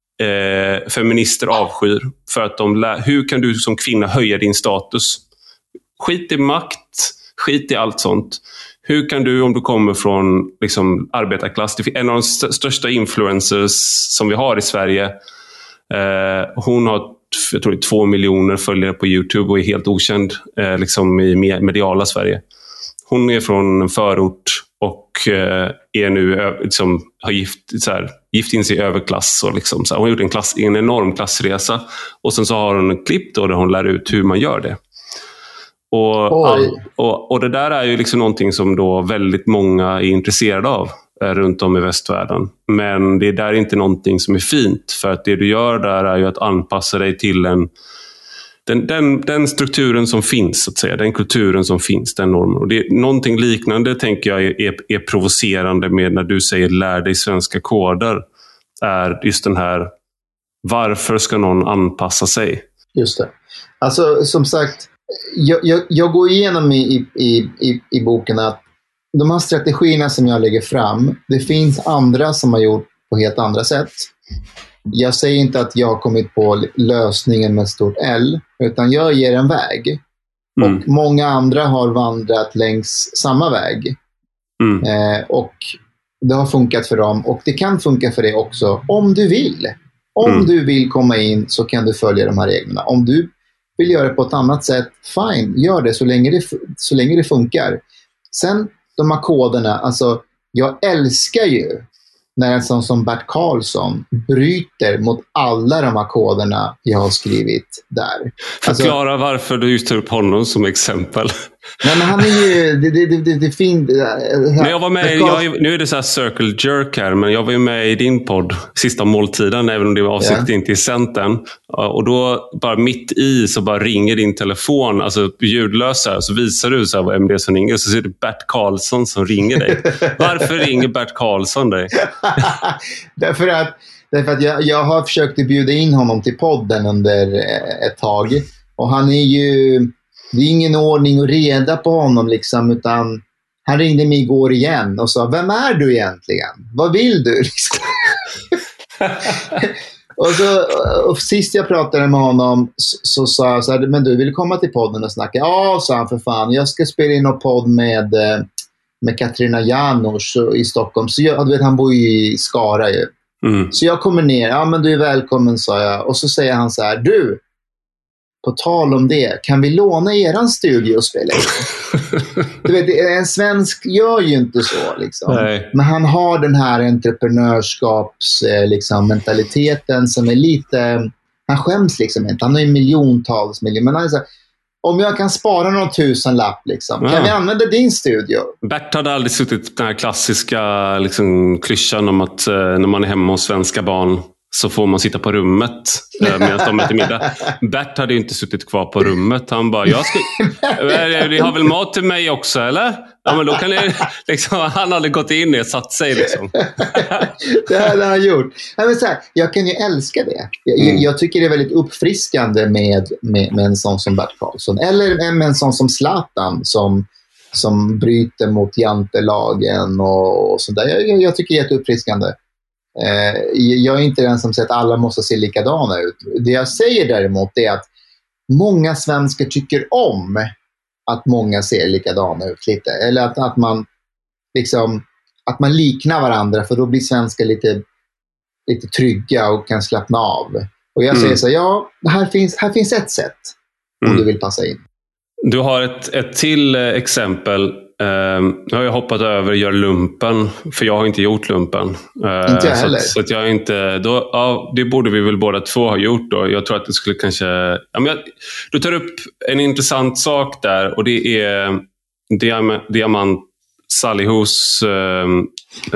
Eh, feminister avskyr för att de lär, hur kan du som kvinna höja din status? Skit i makt, skit i allt sånt. Hur kan du, om du kommer från liksom, arbetarklass, en av de st- största influencers som vi har i Sverige, eh, hon har jag tror, två miljoner följare på YouTube och är helt okänd eh, liksom, i mediala Sverige. Hon är från en förort och eh, är nu liksom, har gift, så här, gift in sig i överklass. Och liksom, så här, hon har gjort en, klass, en enorm klassresa. Och sen så har hon en klipp då, där hon lär ut hur man gör det. Och, all, och, och det där är ju liksom någonting som då väldigt många är intresserade av eh, runt om i västvärlden. Men det är där inte någonting som är fint. För att det du gör där är ju att anpassa dig till en Den, den, den strukturen som finns, så att säga, den kulturen som finns, den normen. Och det är någonting liknande, tänker jag, är, är provocerande med när du säger lär dig svenska koder, är just den här, varför ska någon anpassa sig? Just det. Alltså, som sagt, jag, jag, jag går igenom i, i, i, i boken att de här strategierna som jag lägger fram, det finns andra som har gjort på helt andra sätt. Jag säger inte att jag har kommit på lösningen med stort L, utan jag ger en väg. Mm. Och många andra har vandrat längs samma väg. Mm. Eh, och det har funkat för dem. Och det kan funka för dig också, om du vill. Om Mm. du vill komma in så kan du följa de här reglerna. Om du vill göra det på ett annat sätt, fine, gör det så länge det, så länge det funkar. Sen de här koderna, alltså jag älskar ju när en sån som Bert Karlsson bryter mot alla de här koderna jag har skrivit där. Förklara alltså, varför du just tar upp honom som exempel. Nej, men han är ju... Det, det, det, det är fint. När jag var med, jag, nu är det så här circle jerk här, men jag var ju med i din podd Sista måltiden, även om det var avsikt yeah. inte i centern. Och då bara mitt i så bara ringer din telefon, alltså ljudlösa, så visar du så här vem det är som ringer, så ser du Bert Karlsson som ringer dig. Varför ringer Bert Karlsson dig? Därför att, därför att jag, jag har försökt att bjuda in honom till podden under ett tag. Och han är ju... Det är ingen ordning och reda på honom liksom, utan han ringde mig igår igen och sa, vem är du egentligen? Vad vill du? Liksom. och, så, och sist jag pratade med honom så, så sa jag så här, men du vill komma till podden och snacka? Ja, sa han, för fan. Jag ska spela in en podd med, med Katarina Janouch i Stockholm. Så jag, du vet, han bor ju i Skara ju. Mm. Så jag kommer ner, ja men du är välkommen, sa jag. Och så säger han så här, du, på tal om det, kan vi låna eran studio och spela in? Du vet, en svensk gör ju inte så liksom. Nej. Men han har den här entreprenörskaps liksom, mentaliteten som är lite, han skäms liksom inte. Han har ju miljontals miljoner, men han är så här, om jag kan spara någon tusen lapp liksom, kan ja. vi använda din studio? Bert hade aldrig suttit den här klassiska liksom, klyschan om att eh, när man är hemma hos svenska barn så får man sitta på rummet eh, medan de äter middag. Bert hade ju inte suttit kvar på rummet. Han bara, jag ska... Ni har väl mat till mig också, eller? Ja, men då kan ni... Liksom, han hade gått in och satt sig, liksom. Det hade han gjort. Ja, men så här, jag kan ju älska det. Jag, mm. jag tycker det är väldigt uppfriskande med, med, med en sån som Bert Karlsson. Eller med en sån som Zlatan, som, som bryter mot jantelagen och, och sådär. Jag, jag tycker det är jätteuppfriskande. Eh, jag är inte den som säger att alla måste se likadana ut. Det jag säger däremot är att många svenskar tycker om att många ser likadana ut lite. Eller att, att man liksom att man liknar varandra, för då blir svenskar lite, lite trygga och kan slappna av. Och jag mm. säger så här, ja, här finns, här finns ett sätt om mm. du vill passa in. Du har ett, ett till exempel. Uh, nu har jag hoppat över gör lumpen, för jag har inte gjort lumpen. Uh, inte jag heller. Så, så att jag inte, då, ja, det borde vi väl båda två ha gjort då. Jag tror att det skulle kanske... Ja, men jag, du tar upp en intressant sak där, och det är Diam, Diamant Salihus uh, uh,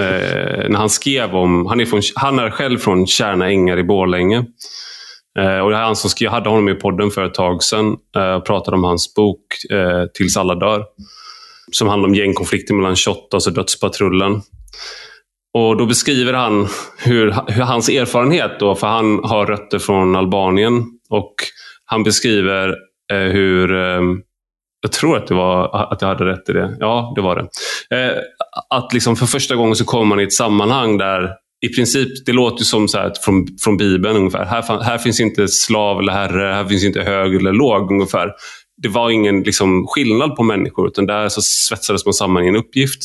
när han skrev om... Han är, från, han är själv från Tjärna ängar i Borlänge. Uh, och det här han som skrev, jag hade honom i podden för ett tag sedan uh, och pratade om hans bok uh, Tills alla dör, som handlar om gängkonflikter mellan Shottaz och Dödspatrullen. Och då beskriver han hur, hur hans erfarenhet då, för han har rötter från Albanien, och han beskriver eh, hur eh, jag tror att det var att jag hade rätt i det. Ja, det var det. Eh, att liksom för första gången så kommer man i ett sammanhang där i princip, det låter ju som så här från, från Bibeln ungefär. Här, här finns inte slav eller herre, här finns inte hög eller låg ungefär. Det var ingen liksom, skillnad på människor, utan där så svetsades man samman i en uppgift.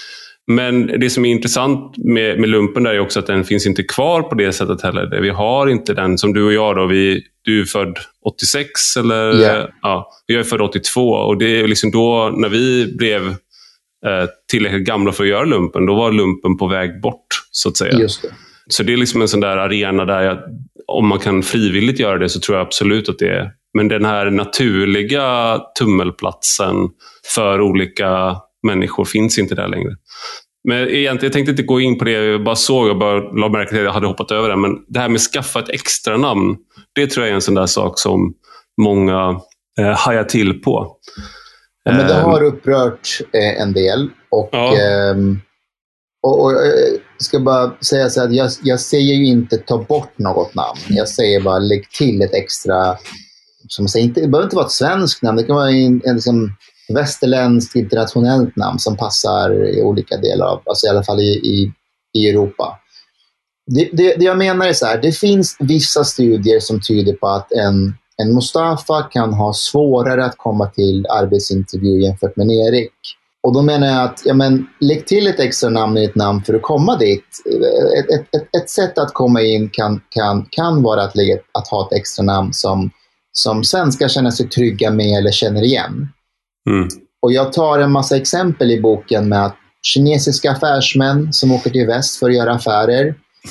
Men det som är intressant med, med lumpen där är också att den finns inte kvar på det sättet heller. Vi har inte den som du och jag då. Vi, du är född åttiosex eller yeah. ja, jag är född åttiotvå, och det är liksom då när vi blev eh, tillräckligt gamla för att göra lumpen, då var lumpen på väg bort så att säga. Just det. Så det är liksom en sån där arena där jag, om man kan frivilligt göra det, så tror jag absolut att det är. Men den här naturliga tummelplatsen för olika människor finns inte där längre. Men egentligen, jag tänkte inte gå in på det, jag bara såg, jag bara la märke till att jag hade hoppat över det. Men det här med att skaffa ett extra namn, det tror jag är en sån där sak som många eh, hajar till på. Ja, men det har upprört eh, en del. Och, ja. eh, och, och jag ska bara säga så att jag, jag säger ju inte ta bort något namn. Jag säger bara lägg till ett extra, som säger, inte, det behöver inte vara ett svenskt namn, det kan vara en, en liksom västerländskt internationellt namn som passar i olika delar av, alltså i alla fall i, i, i Europa. Det, det, det jag menar är så här, det finns vissa studier som tyder på att en, en Mustafa kan ha svårare att komma till arbetsintervju jämfört med en Erik. Och då menar jag att ja, men, lägg till ett extra namn i ett namn för att komma dit. Ett, ett, ett, ett sätt att komma in kan, kan, kan vara att, lägga, att ha ett extra namn som, som svenskar känner sig trygga med eller känner igen. Mm. Och jag tar en massa exempel i boken med att kinesiska affärsmän som åker till väst för att göra affärer.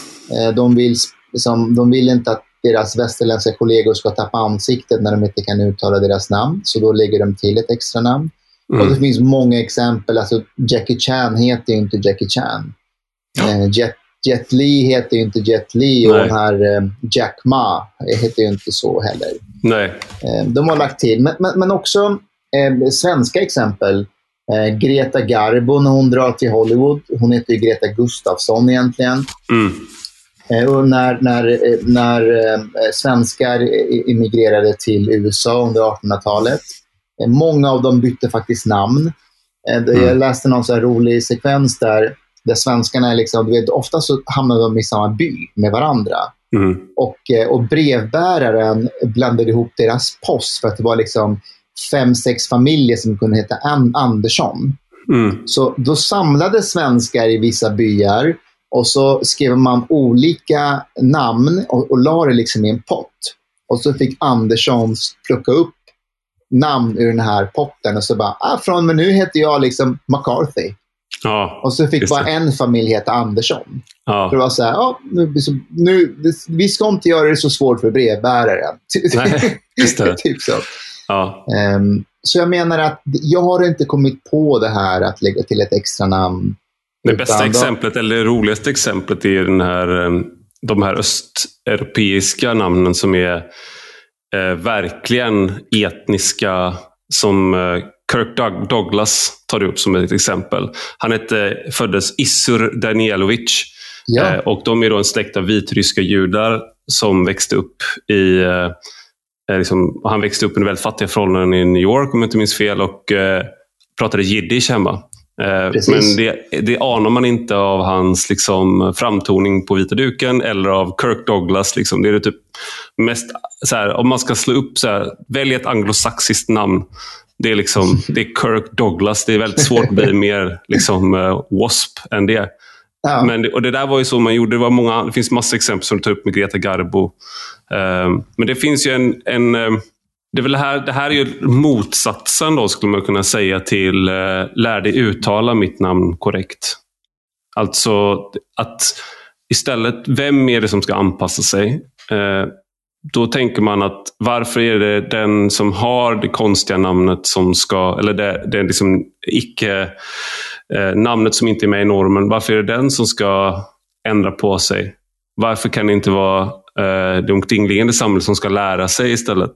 De vill, liksom, de vill inte att deras västerländska kollegor ska tappa ansiktet när de inte kan uttala deras namn. Så då lägger de till ett extra namn. Mm. Och det finns många exempel. Alltså Jackie Chan heter ju inte Jackie Chan. Ja. Jet, Jet Li heter ju inte Jet Li. Nej. Och den här Jack Ma heter ju inte så heller. Nej. De har lagt till. Men, men, men också eh, svenska exempel. Eh, Greta Garbo när hon drar till Hollywood. Hon heter ju Greta Gustafsson egentligen. Mm. Eh, och när, när, när eh, svenskar immigrerade till U S A under artonhundratalet. Eh, många av dem bytte faktiskt namn. Eh, mm. Jag läste någon så här rolig sekvens där, där svenskarna är liksom, du vet, ofta så hamnade de i samma by med varandra. Mm. Och, eh, och brevbäraren blandade ihop deras post för att det var liksom fem, sex familjer som kunde heta An- Andersson. Mm. Så då samlade svenskar i vissa byar och så skrev man olika namn och, och la det liksom i en pott. Och så fick Anderssons plocka upp namn ur den här potten och så bara, ah, från men nu heter jag liksom McCarthy. Ja, och så fick bara det. En familj heta Andersson. Ja. För det var så här, ah, nu, nu, vi ska inte göra det så svårt för brevbäraren. Nej, just det. Typ så. Ja. Um, så jag menar att jag har inte kommit på det här att lägga till ett extra namn. Det bästa då... exemplet, eller det roligaste exemplet är den här, de här östeuropeiska namnen som är eh, verkligen etniska, som eh, Kirk Doug- Douglas tar upp som ett exempel. Han hette, föddes Issur Danielovich. Ja. Eh, och de är då en släkt av vitryska judar som växte upp i... Eh, Liksom, han växte upp under väldigt fattiga förhållanden i New York om jag inte minns fel och eh, pratade jiddisch hemma. Eh, men det, det anar man inte av hans liksom, framtoning på vita duken eller av Kirk Douglas. Liksom. Det är det typ mest, så här, om man ska slå upp, så här, välj ett anglosaxiskt namn. Det är, liksom, det är Kirk Douglas. Det är väldigt svårt att bli mer liksom, uh, W A S P än det. Ja. Men det, och det där var ju så man gjorde. Det, var många, det finns massa exempel som du tar upp med Greta Garbo. Um, men det finns ju en... en um, det, är väl här, det här är ju motsatsen då, skulle man kunna säga, till uh, lär dig uttala mitt namn korrekt. Alltså att istället, vem är det som ska anpassa sig? Uh, då tänker man att varför är det den som har det konstiga namnet som ska, eller det, det är liksom icke... Eh, namnet som inte är med i normen, varför är det den som ska ändra på sig? Varför kan det inte vara eh, det omkringliggande samhället som ska lära sig istället?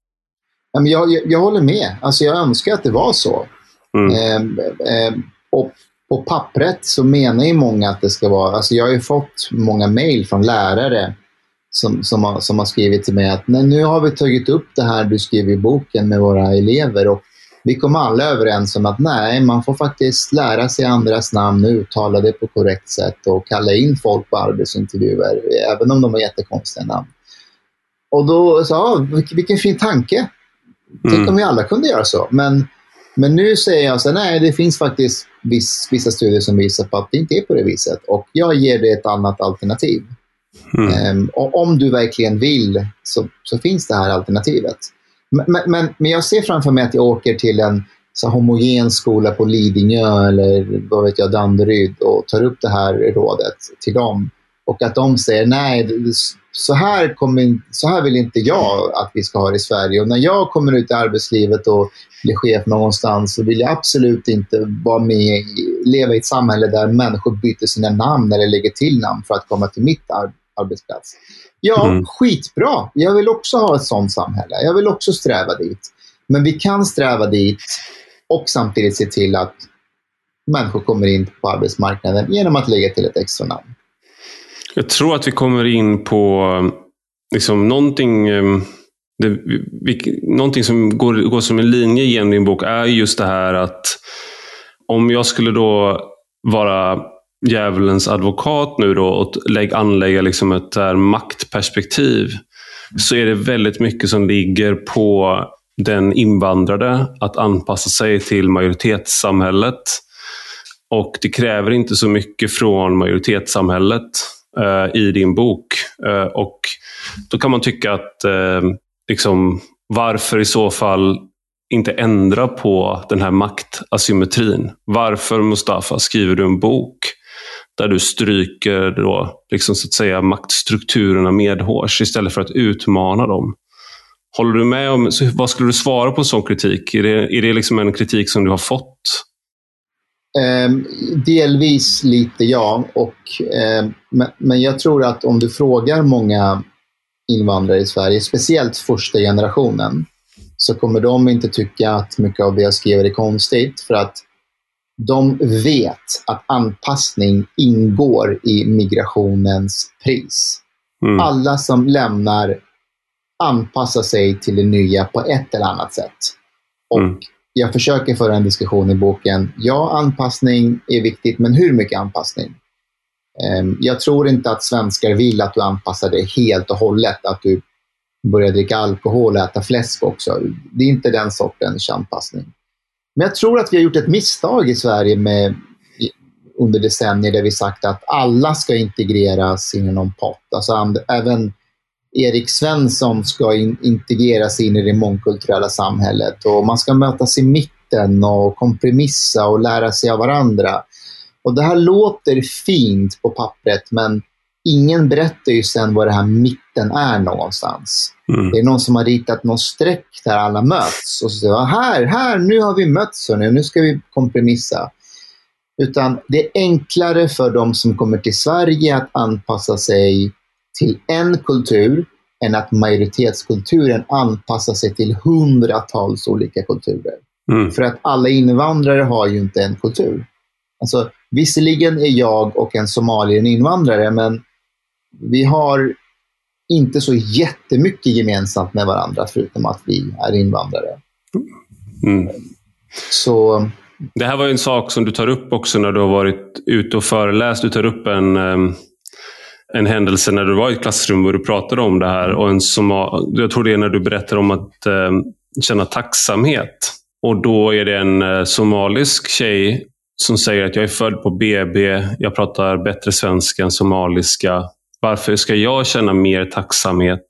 Jag, jag, jag håller med. Alltså jag önskar att det var så. Mm. Eh, eh, och på pappret så menar ju många att det ska vara, alltså jag har ju fått många mejl från lärare som, som, har, som har skrivit till mig att nej, nu har vi tagit upp det här du skriver i boken med våra elever och vi kom alla överens om att nej, man får faktiskt lära sig andras namn och uttala det på korrekt sätt och kalla in folk på arbetsintervjuer, även om de har jättekonstiga namn. Och då sa jag, ja, vilken fin tanke. Mm. Tänk om vi alla kunde göra så. Men, men nu säger jag så här, nej, det finns faktiskt viss, vissa studier som visar på att det inte är på det viset. Och jag ger det ett annat alternativ. Mm. Um, och om du verkligen vill så, så finns det här alternativet. Men, men, men jag ser framför mig att jag åker till en så homogen skola på Lidingö eller vad vet jag, Danderyd och tar upp det här rådet till dem. Och att de säger nej, så här, kommer, så här vill inte jag att vi ska ha det i Sverige. Och när jag kommer ut i arbetslivet och blir chef någonstans så vill jag absolut inte vara med, leva i ett samhälle där människor byter sina namn eller lägger till namn för att komma till mitt ar- arbetsplats. Ja, mm. skitbra. Jag vill också ha ett sånt samhälle. Jag vill också sträva dit. Men vi kan sträva dit och samtidigt se till att människor kommer in på arbetsmarknaden genom att lägga till ett extra namn. Jag tror att vi kommer in på liksom någonting, det, vi, någonting som går, går som en linje genom din bok är just det här att om jag skulle då vara djävulens advokat nu då och lägg, anlägga liksom ett här maktperspektiv så är det väldigt mycket som ligger på den invandrade att anpassa sig till majoritetssamhället. Och det kräver inte så mycket från majoritetssamhället eh, i din bok. Eh, och då kan man tycka att eh, liksom, varför i så fall inte ändra på den här maktasymmetrin? Varför, Mustafa, skriver du en bok där du stryker då, liksom, så att säga, maktstrukturerna medhårs istället för att utmana dem? Håller du med om, så vad skulle du svara på en sån kritik? Är det, är det liksom en kritik som du har fått? Eh, delvis lite ja, och, eh, men, men jag tror att om du frågar många invandrare i Sverige, speciellt första generationen, så kommer de inte tycka att mycket av det jag skriver är konstigt, för att de vet att anpassning ingår i migrationens pris. Mm. Alla som lämnar anpassar sig till det nya på ett eller annat sätt. Och mm. jag försöker föra en diskussion i boken. Ja, anpassning är viktigt, men hur mycket anpassning? Um, jag tror inte att svenskar vill att du anpassar dig helt och hållet, att du börjar dricka alkohol och äta fläsk också. Det är inte den sortens anpassning. Men jag tror att vi har gjort ett misstag i Sverige med, under decennier där vi sagt att alla ska integreras in i någon pott. Alltså and, även Erik Svensson ska in, integreras in i det mångkulturella samhället. Och man ska mötas i mitten och kompromissa och lära sig av varandra. Och det här låter fint på pappret, men ingen berättar ju sen vad det här mitten är någonstans. Mm. Det är någon som har ritat någon streck där alla möts. Och så säger här, här, nu har vi mötts och nu, nu ska vi kompromissa. Utan det är enklare för de som kommer till Sverige att anpassa sig till en kultur än att majoritetskulturen anpassar sig till hundratals olika kulturer. Mm. För att alla invandrare har ju inte en kultur. Alltså, visserligen är jag och en somalier en invandrare, men vi har inte så jättemycket gemensamt med varandra förutom att vi är invandrare. Mm. Så... Det här var ju en sak som du tar upp också när du har varit ute och föreläst. Du tar upp en, en händelse när du var i ett klassrum och du pratade om det här. Och en somal... Jag tror det är när du berättar om att eh, känna tacksamhet. Och då är det en somalisk tjej som säger att jag är född på B B, jag pratar bättre svenska än somaliska. Varför ska jag känna mer tacksamhet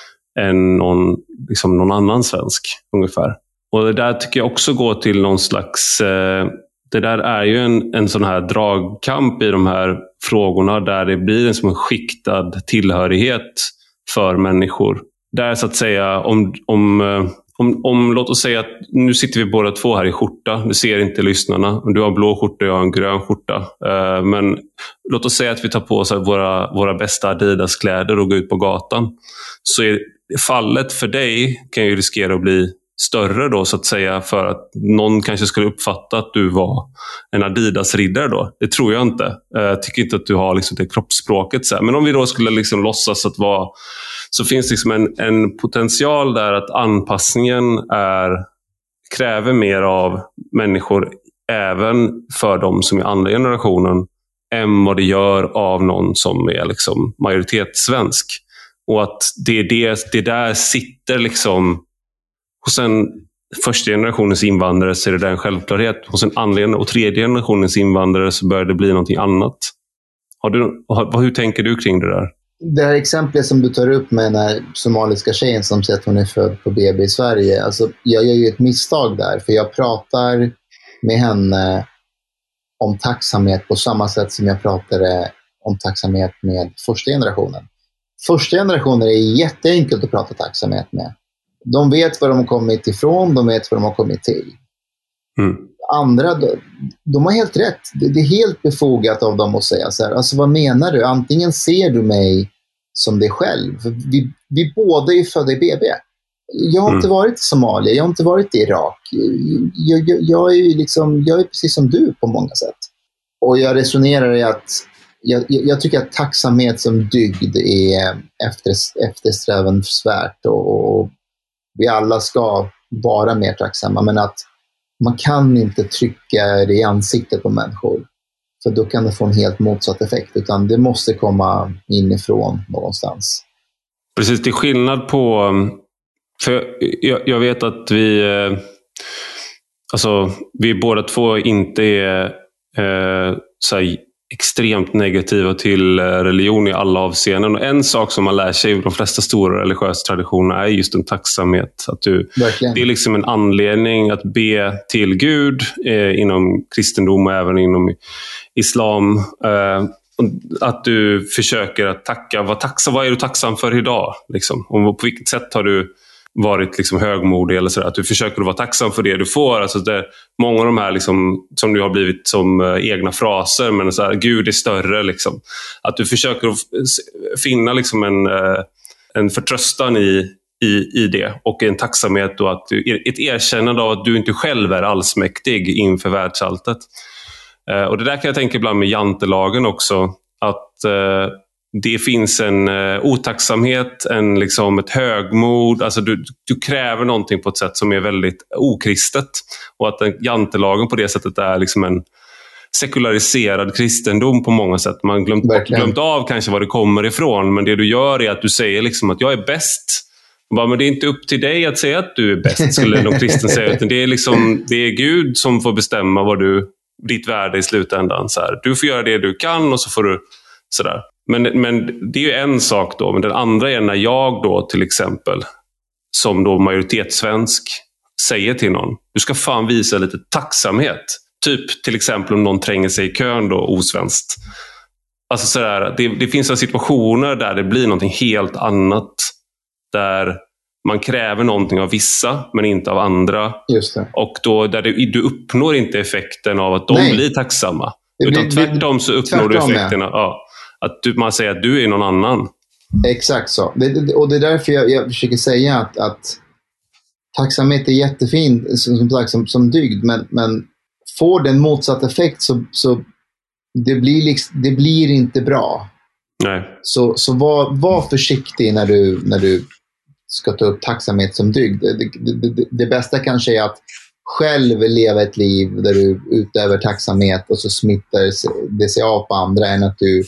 än någon, liksom någon annan svensk ungefär? Och det där tycker jag också går till någon slags... Eh, det där är ju en, en sån här dragkamp i de här frågorna där det blir en som en skiktad tillhörighet för människor. Där så att säga, om... om Om, om, låt oss säga att nu sitter vi båda två här i skjorta. Du ser inte lyssnarna. Du har en blå skjorta och jag har en grön skjorta. Uh, men låt oss säga att vi tar på oss våra, våra bästa Adidas-kläder och går ut på gatan. Så är fallet för dig kan ju riskera att bli större då, så att säga, för att någon kanske skulle uppfatta att du var en Adidas-riddare då. Det tror jag inte. Jag tycker inte att du har liksom det kroppsspråket. Så här. Men om vi då skulle liksom låtsas att vara, så finns det liksom en, en potential där att anpassningen är, kräver mer av människor, även för de som är andra generationen, än vad det gör av någon som är liksom majoritetssvensk. Och att det, det, det där sitter liksom hos en första generationens invandrare, så är det där en självklarhet. Hos en andra och tredje generationens invandrare så börjar det bli någonting annat. Har du, hur tänker du kring det där? Det här exemplet som du tar upp med den här somaliska tjejen som säger att hon är född på B B i Sverige. Alltså, jag gör ju ett misstag där, för jag pratar med henne om tacksamhet på samma sätt som jag pratade om tacksamhet med första generationen. Första generationen är jätteenkelt att prata tacksamhet med. De vet var de har kommit ifrån, de vet var de har kommit till. Mm. Andra, de, de har helt rätt. Det, det är helt befogat av dem att säga så här. Alltså, vad menar du? Antingen ser du mig som dig själv. Vi, vi båda är födda i B B. Jag har mm. inte varit i Somalia, jag har inte varit i Irak. Jag, jag, jag, är liksom, jag är precis som du på många sätt. Och jag resonerar i att jag, jag tycker att tacksamhet som dygd är efter, eftersträvansvärt och, och vi alla ska vara mer tacksamma, men att man kan inte trycka det i ansiktet på människor, för då kan det få en helt motsatt effekt, utan det måste komma inifrån någonstans. Precis, det är skillnad på För jag, jag vet att vi, eh, alltså, vi båda två inte är eh, så här, extremt negativa till religion i alla avseenden. Och en sak som man lär sig i de flesta stora religiösa traditioner är just en tacksamhet. Att du, det är liksom en anledning att be till Gud eh, inom kristendom och även inom islam. Eh, att du försöker att tacka. Vad, tacksam, vad är du tacksam för idag? Liksom? Och på vilket sätt har du varit liksom högmodig eller sådär, att du försöker vara tacksam för det du får. Alltså det, många av de här liksom, som nu har blivit som uh, egna fraser, men så här, Gud är större. Liksom. Att du försöker finna liksom en, uh, en förtröstan i, i, i det och en tacksamhet och att du, ett erkännande av att du inte själv är allsmäktig inför världsalltet. Uh, och det där kan jag tänka ibland med jantelagen också, att uh, det finns en uh, otacksamhet, en, liksom, ett högmod. Alltså du, du kräver någonting på ett sätt som är väldigt okristet. Och att den, jantelagen på det sättet är liksom en sekulariserad kristendom på många sätt. Man har glömt, glömt av kanske var det kommer ifrån. Men det du gör är att du säger liksom att jag är bäst. Bara, men det är inte upp till dig att säga att du är bäst, skulle någon kristen säga. Utan det är, liksom, det är Gud som får bestämma vad du, ditt värde i slutändan. Så här. Du får göra det du kan och så får du sådär. Men, men det är ju en sak då. Men den andra är när jag då till exempel som då majoritetssvensk säger till någon, du ska fan visa lite tacksamhet. Typ till exempel om någon tränger sig i kön då osvenskt. Alltså sådär, det, det finns situationer där det blir någonting helt annat. Där man kräver någonting av vissa men inte av andra. Just det. Och då där det, du uppnår inte effekten av att de Nej. blir tacksamma. Det blir, utan tvärtom så uppnår tvärtom, du effekterna. Ja. Att du, man säger att du är någon annan. Exakt så. Det, det, och det är därför jag, jag försöker säga att, att tacksamhet är jättefin som, som, som, som dygd. Men, men får den motsatt effekt så, så det, blir liksom, det blir inte bra. Nej. Så, så var, var försiktig när du, när du ska ta upp tacksamhet som dygd. Det, det, det, det bästa kanske är att själv leva ett liv där du utöver tacksamhet och så smittar det sig av på andra än att du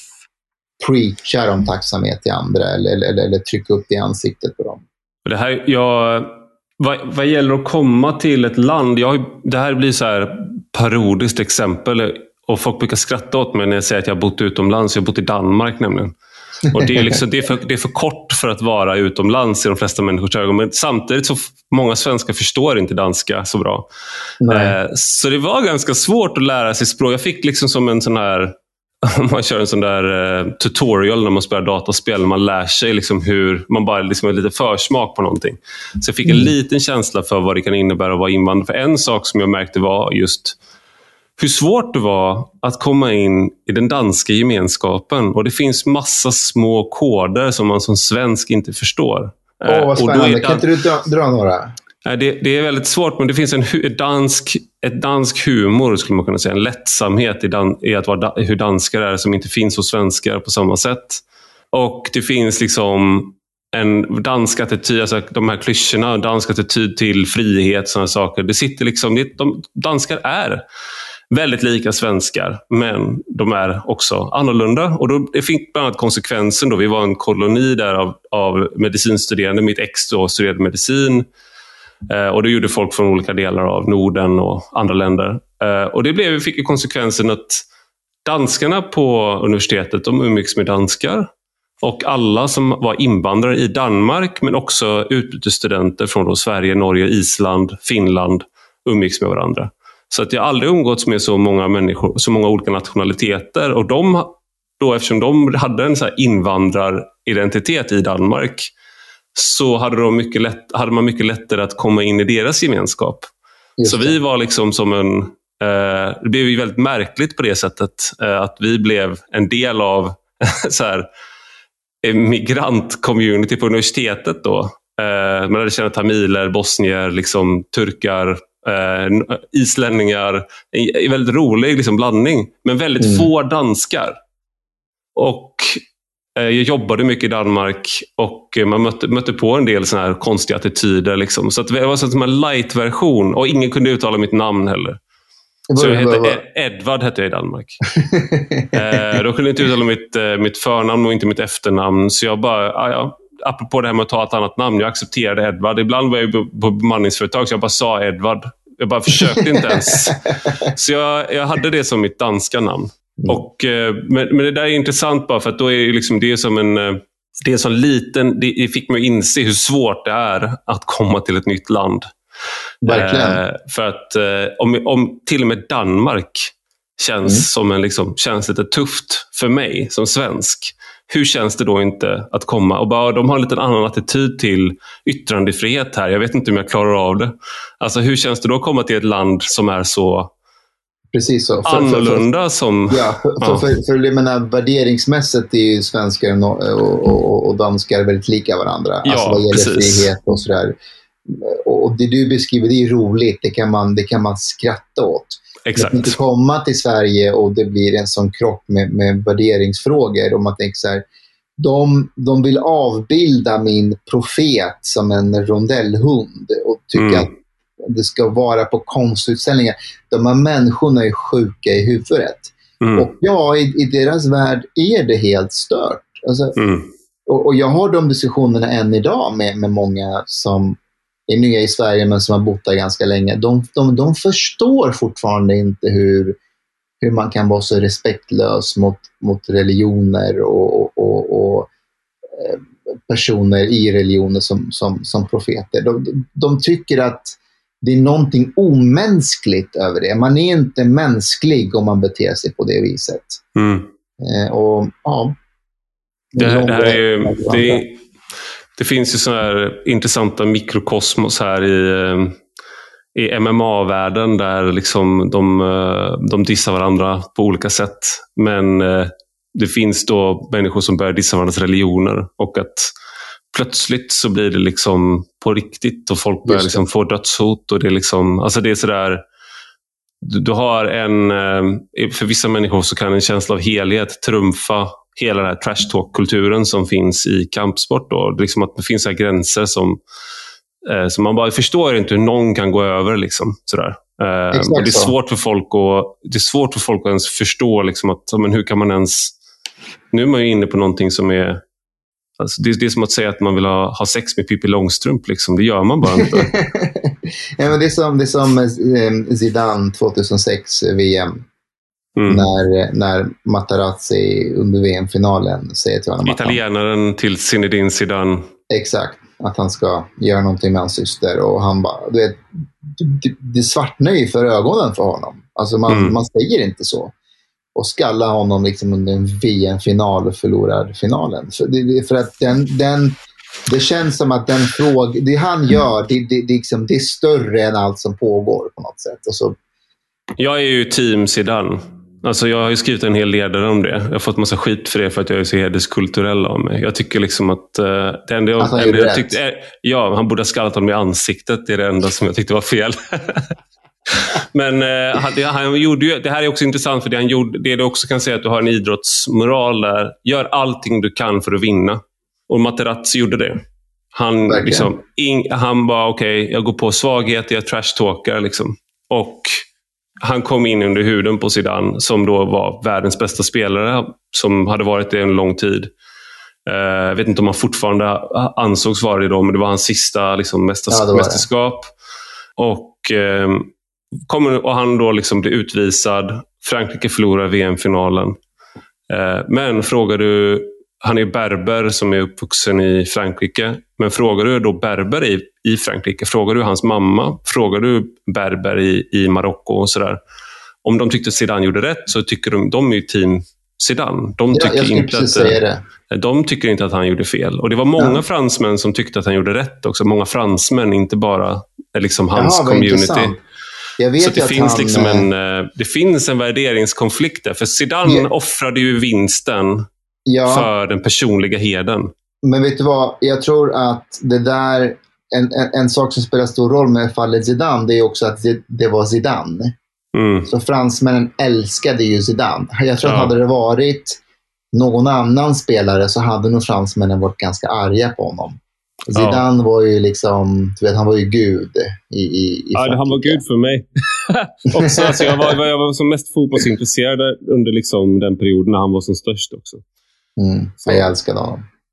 preachar om tacksamhet till andra eller, eller, eller trycker upp i ansiktet på dem. Det här, jag, vad, vad gäller att komma till ett land, jag, det här blir så här parodiskt exempel och folk brukar skratta åt mig när jag säger att jag har bott utomlands. Jag har bott i Danmark nämligen. Och det är, liksom, det, är för, det är för kort för att vara utomlands i de flesta människors ögon. Men samtidigt så många svenskar förstår inte danska så bra. Eh, så det var ganska svårt att lära sig språk. Jag fick liksom som en sån här, man kör en sån där eh, tutorial när man spelar dataspel. Man lär sig liksom hur, man bara liksom har lite försmak på någonting. Så jag fick en mm. liten känsla för vad det kan innebära att vara invandrare. För en sak som jag märkte var just hur svårt det var att komma in i den danska gemenskapen. Och det finns massa små koder som man som svensk inte förstår. Åh, oh, vad spännande. Dan- kan inte du dra, dra några? Det, det är väldigt svårt, men det finns en hu- dansk, ett dansk humor, skulle man kunna säga. En lättsamhet i, dan- i att vara da- hur danskar är som inte finns hos svenskar på samma sätt. Och det finns liksom en dansk attityd, alltså de här klyschorna, dansk attityd till frihet, sådana saker. Det sitter liksom, det, de danskar är väldigt lika svenskar, men de är också annorlunda. Och då, det fick bland annat konsekvensen då. Vi var en koloni där av, av medicinstuderande. Mitt ex då studerade medicin. Eh, och det gjorde folk från olika delar av Norden och andra länder. Eh, och det blev, fick ju konsekvensen att danskarna på universitetet, de umgicks med danskar. Och alla som var invandrare i Danmark, men också utbytesstudenter från då Sverige, Norge, Island, Finland, umgicks med varandra. Så att jag aldrig umgåtts med så många människor, så många olika nationaliteter. Och de, då, eftersom de hade en så här invandraridentitet i Danmark, så hade, de mycket lätt, hade man mycket lättare att komma in i deras gemenskap. Så vi var liksom som en... Eh, det blev ju väldigt märkligt på det sättet. Eh, att vi blev en del av så här migrant-community på universitetet då. Eh, man hade känt tamiler, bosnier, liksom, turkar, Uh, islänningar, en väldigt rolig liksom, blandning, men väldigt mm. få danskar. Och uh, jag jobbade mycket i Danmark och uh, man mötte, mötte på en del såna här konstiga attityder liksom. Så att det var som en light-version och ingen kunde uttala mitt namn heller. Så jag hette Ed- Edvard hette jag i Danmark. uh, då kunde jag inte uttala mitt, uh, mitt förnamn och inte mitt efternamn, så jag bara, ah, ja, apropå det här med att ta ett annat namn, jag accepterade Edvard. Ibland var jag på, på bemanningsföretag så jag bara sa Edvard. Jag bara försökte inte ens. Så jag, jag hade det som mitt danska namn. Mm. Och, men, men det där är intressant bara för att då är det, liksom, det är som en... Det är så liten, det fick mig att inse hur svårt det är att komma till ett nytt land. Verkligen. Eh, för att eh, om, om till och med Danmark känns, mm. som en, liksom, känns lite tufft för mig som svensk. Hur känns det då inte att komma? Och bara, de har en liten annan attityd till yttrandefrihet här. Jag vet inte om jag klarar av det. Alltså hur känns det då att komma till ett land som är så... Precis så. För, annorlunda för, för, som... Ja, för, ja. för, för, för jag menar, värderingsmässigt är ju svenskar och, och, och danskar väldigt lika varandra. Ja, alltså vad gäller precis. frihet och sådär. Och det du beskriver, det är roligt. Det kan man, det kan man skratta åt. Exakt. Att inte komma till Sverige och det blir en sån krock med, med värderingsfrågor. Och man tänker så här, de, de vill avbilda min profet som en rondellhund och tycka mm. att det ska vara på konstutställningar. De här människorna är sjuka i huvudet. Mm. Och ja, i, i deras värld är det helt stört. Alltså, mm. och, och jag har de diskussionerna än idag med, med många som är nya i Sverige men som har bott där ganska länge. De, de, de förstår fortfarande inte hur, hur man kan vara så respektlös mot, mot religioner och, och, och, och personer i religioner som, som, som profeter. De, de tycker att det är någonting omänskligt över det. Man är inte mänsklig om man beter sig på det viset. Mm. Eh, och ja. Det här, det här är ju... Det, är, det finns ju sådana här intressanta mikrokosmos här i, i M M A-världen där liksom de, de dissar varandra på olika sätt. Men det finns då människor som börjar dissa varandras religioner och att plötsligt så blir det liksom på riktigt och folk börjar liksom få dödshot och det är liksom, alltså det är sådär, du, du har en, för vissa människor så kan en känsla av helhet trumfa hela den här trash talk-kulturen som finns i kampsport då, liksom att det finns så här gränser som, eh, som man bara förstår inte hur någon kan gå över liksom, sådär. Eh, och det är svårt för folk att, det är svårt för folk att ens förstå liksom att, men hur kan man ens, nu är man ju inne på någonting som är alltså det, det är som att säga att man vill ha, ha sex med Pippi Långstrump. Liksom. Det gör man bara inte. Ja, men det är som, det är som eh, Zidane tjugohundrasex V M. Mm. När, när Materazzi under V M-finalen säger till honom italienaren han, till Zinedine Zidane. Exakt. Att han ska göra någonting med hans syster. Och han bara... Du vet, det, det svartnar ju för ögonen för honom. Alltså man, mm. man säger inte så. Och skallar honom liksom under en V M-final och förlorar finalen. För, det, för att den, den, det känns som att den fråga, det han gör, det, det, det, liksom, det är större än allt som pågår på något sätt. Och så... Jag är ju team Zidane. Alltså jag har ju skrivit en hel ledare om det. Jag har fått massa skit för det för att jag är så hederskulturell av mig. Jag tycker liksom att... Uh, det enda jag, alltså, enda jag tyckte, är, ja, han borde ha skallat honom i ansiktet. Det är det enda som jag tyckte var fel. Men uh, han, han gjorde ju, det här är också intressant för det han gjorde. Det du också kan säga att du har en idrottsmoral där. Gör allting du kan för att vinna. Och Materazzi gjorde det. Han, liksom, in, han bara okej, okay, jag går på svaghet, jag trashtalkar liksom. Och han kom in under huden på Zidane som då var världens bästa spelare som hade varit det en lång tid. Jag uh, vet inte om han fortfarande ansågs vara det då, men det var hans sista liksom, mästers- ja, mästerskap. Och, uh, kommer, och han då liksom blev utvisad. Frankrike förlorar V M-finalen. Uh, men frågar du, han är berber som är uppvuxen i Frankrike. Men frågar du då berber i, i Frankrike, frågar du hans mamma, frågar du berber i, i Marocko och sådär. Om de tyckte Zidane gjorde rätt så tycker de, de är ju team Zidane. De tycker, ja, inte att, de tycker inte att han gjorde fel. Och det var många ja. fransmän som tyckte att han gjorde rätt också. Många fransmän, inte bara liksom hans Jaha, community. Jag vet så det finns han, liksom en det finns en värderingskonflikt där. För Zidane yeah. offrade ju vinsten ja. för den personliga heden. Men vet du vad? Jag tror att det där en, en, en sak som spelar stor roll med fallet Zidane, det är också att det, det var Zidane. Mm. Så fransmännen älskade ju Zidane. Jag tror ja. att hade det varit någon annan spelare så hade nog fransmännen varit ganska arga på honom. Zidane ja. var ju liksom, du vet, han var ju gud i, i, i ja, han var gud för mig. också, alltså, jag, var, jag var som mest fotbollsintresserad under liksom den perioden när han var som störst också. Mm, jag älskade honom.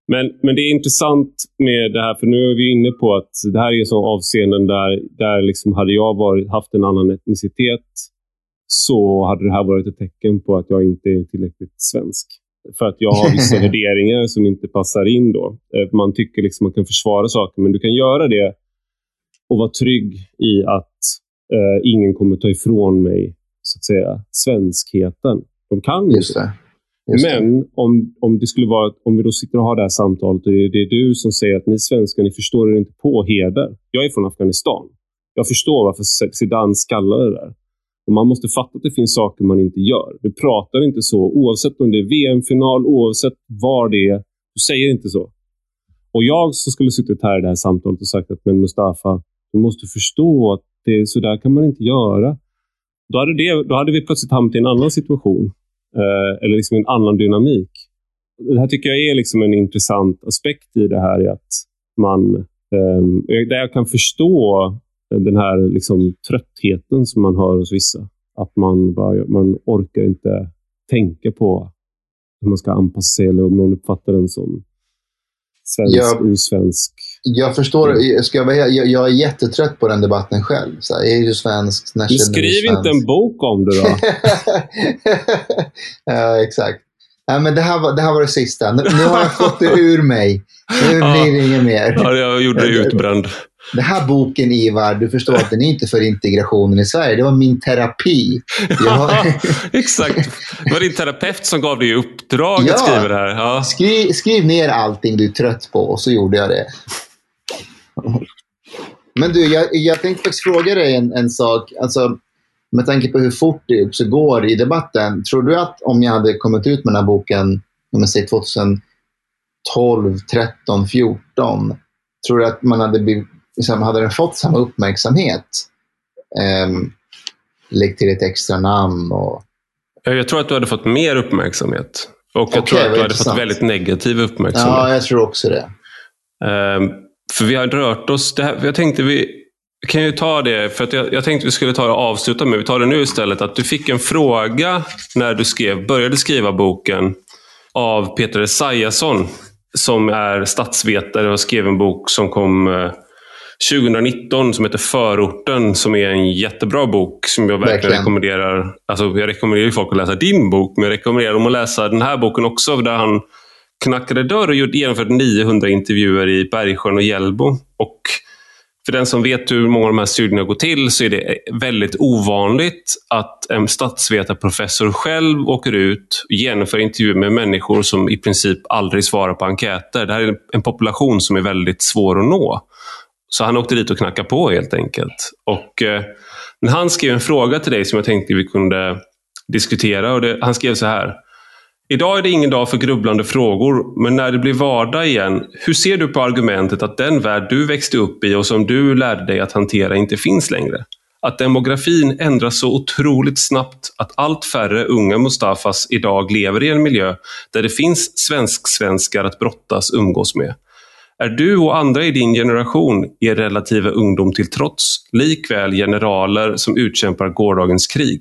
Men, men det är intressant med det här, för nu är vi inne på att det här är så avseenden där, där liksom hade jag varit, haft en annan etnicitet, så hade det här varit ett tecken på att jag inte är tillräckligt svensk. För att jag har vissa värderingar som inte passar in då. Man tycker liksom att man kan försvara saker, men du kan göra det och vara trygg i att eh, ingen kommer ta ifrån mig, så att säga, svenskheten. De kan Just inte. det. Just Men det. Om, om det skulle vara, om vi då sitter och har det här samtalet och det är, det är du som säger att ni svenskar, ni förstår er inte på heder. Jag är från Afghanistan. Jag förstår varför Zidane skallar det där. Och man måste fatta att det finns saker man inte gör. Du pratar inte så, oavsett om det är V M-final, oavsett var det är. Du säger inte så. Och jag som skulle suttit här i det här samtalet och sagt att men Mustafa, du måste förstå att det, så där kan man inte göra. Då hade, det, då hade vi plötsligt hamnat i en annan situation. Eh, eller liksom en annan dynamik. Det här tycker jag är liksom en intressant aspekt i det här. I att man, eh, där jag kan förstå den här liksom tröttheten som man har hos vissa. Att man, bara, man orkar inte tänka på hur man ska anpassa sig, eller om någon uppfattar den som svensk, jag, osvensk. Jag förstår, ska jag, vara, jag, jag är jättetrött på den debatten själv. Så här, är du svensk? När skriv svensk? inte en bok om det då. Ja, exakt. Ja, men det, här var, det här var det sista. Nu, nu har jag fått det ur mig. Nu blir det inget mer. Ja, jag gjorde det utbränd. Den här boken, Ivar, du förstår att den är inte för integrationen i Sverige. Det var min terapi. Jag... Exakt. Det var din terapeut som gav dig uppdrag ja. att skriva det här. Ja. Skriv, skriv ner allting du är trött på, och så gjorde jag det. Men du, jag, jag tänkte faktiskt fråga dig en, en sak. Alltså, med tanke på hur fort det också går i debatten. Tror du att om jag hade kommit ut med den här boken, om jag säger tjugotolv, tretton, fjorton, tror du att man hade blivit, liksom, hade den fått samma uppmärksamhet? Um, lägg till ett extra namn och... Jag tror att du hade fått mer uppmärksamhet. Och jag okay, tror att du hade intressant. fått väldigt negativ uppmärksamhet. Ja, jag tror också det. Um, för vi har rört oss... Det här, jag tänkte vi kan ju ta det, för att jag, jag tänkte vi skulle ta och avsluta med. Vi tar det nu istället. Att du fick en fråga när du skrev, började skriva boken av Peter Esaiasson, som är statsvetare och skrev en bok som kom eh, tjugonitton som heter Förorten, som är en jättebra bok som jag verkligen, verkligen. rekommenderar. Alltså jag rekommenderar folk att läsa din bok, men jag rekommenderar dem att läsa den här boken också, där han knackade dörr och genomförde niohundra intervjuer i Bergsjön och Hjällbo. Och för den som vet hur många av de här studierna går till, så är det väldigt ovanligt att en statsvetarprofessor själv åker ut och genomför intervjuer med människor som i princip aldrig svarar på enkäter. Det här är en population som är väldigt svår att nå. Så han åkte dit och knackade på helt enkelt. Och eh, när han skrev en fråga till dig som jag tänkte vi kunde diskutera. Och det, han skrev så här: idag är det ingen dag för grubblande frågor, men när det blir vardag igen, hur ser du på argumentet att den värld du växte upp i och som du lärde dig att hantera inte finns längre? Att demografin ändras så otroligt snabbt att allt färre unga Mustafas idag lever i en miljö där det finns svensk-svenskar att brottas umgås med. Är du och andra i din generation, er relativa ungdom till trots, likväl generaler som utkämpar gårdagens krig?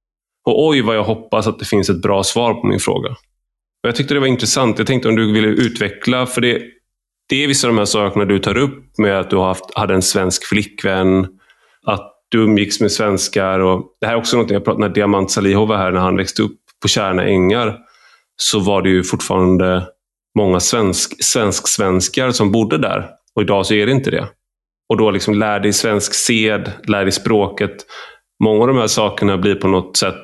Och oj vad jag hoppas att det finns ett bra svar på min fråga. Och jag tyckte det var intressant. Jag tänkte om du ville utveckla, för det, det är vissa av de här sakerna du tar upp med att du har haft, hade en svensk flickvän, att du umgicks med svenskar. Och det här är också något jag pratade när Diamant Salihov var här, när han växte upp på Kärna ängar, så var det ju fortfarande många svensk, svensk-svenskar som bodde där. Och idag så är det inte det. Och då liksom lär dig svensk sed, lär dig språket. Många av de här sakerna blir på något sätt...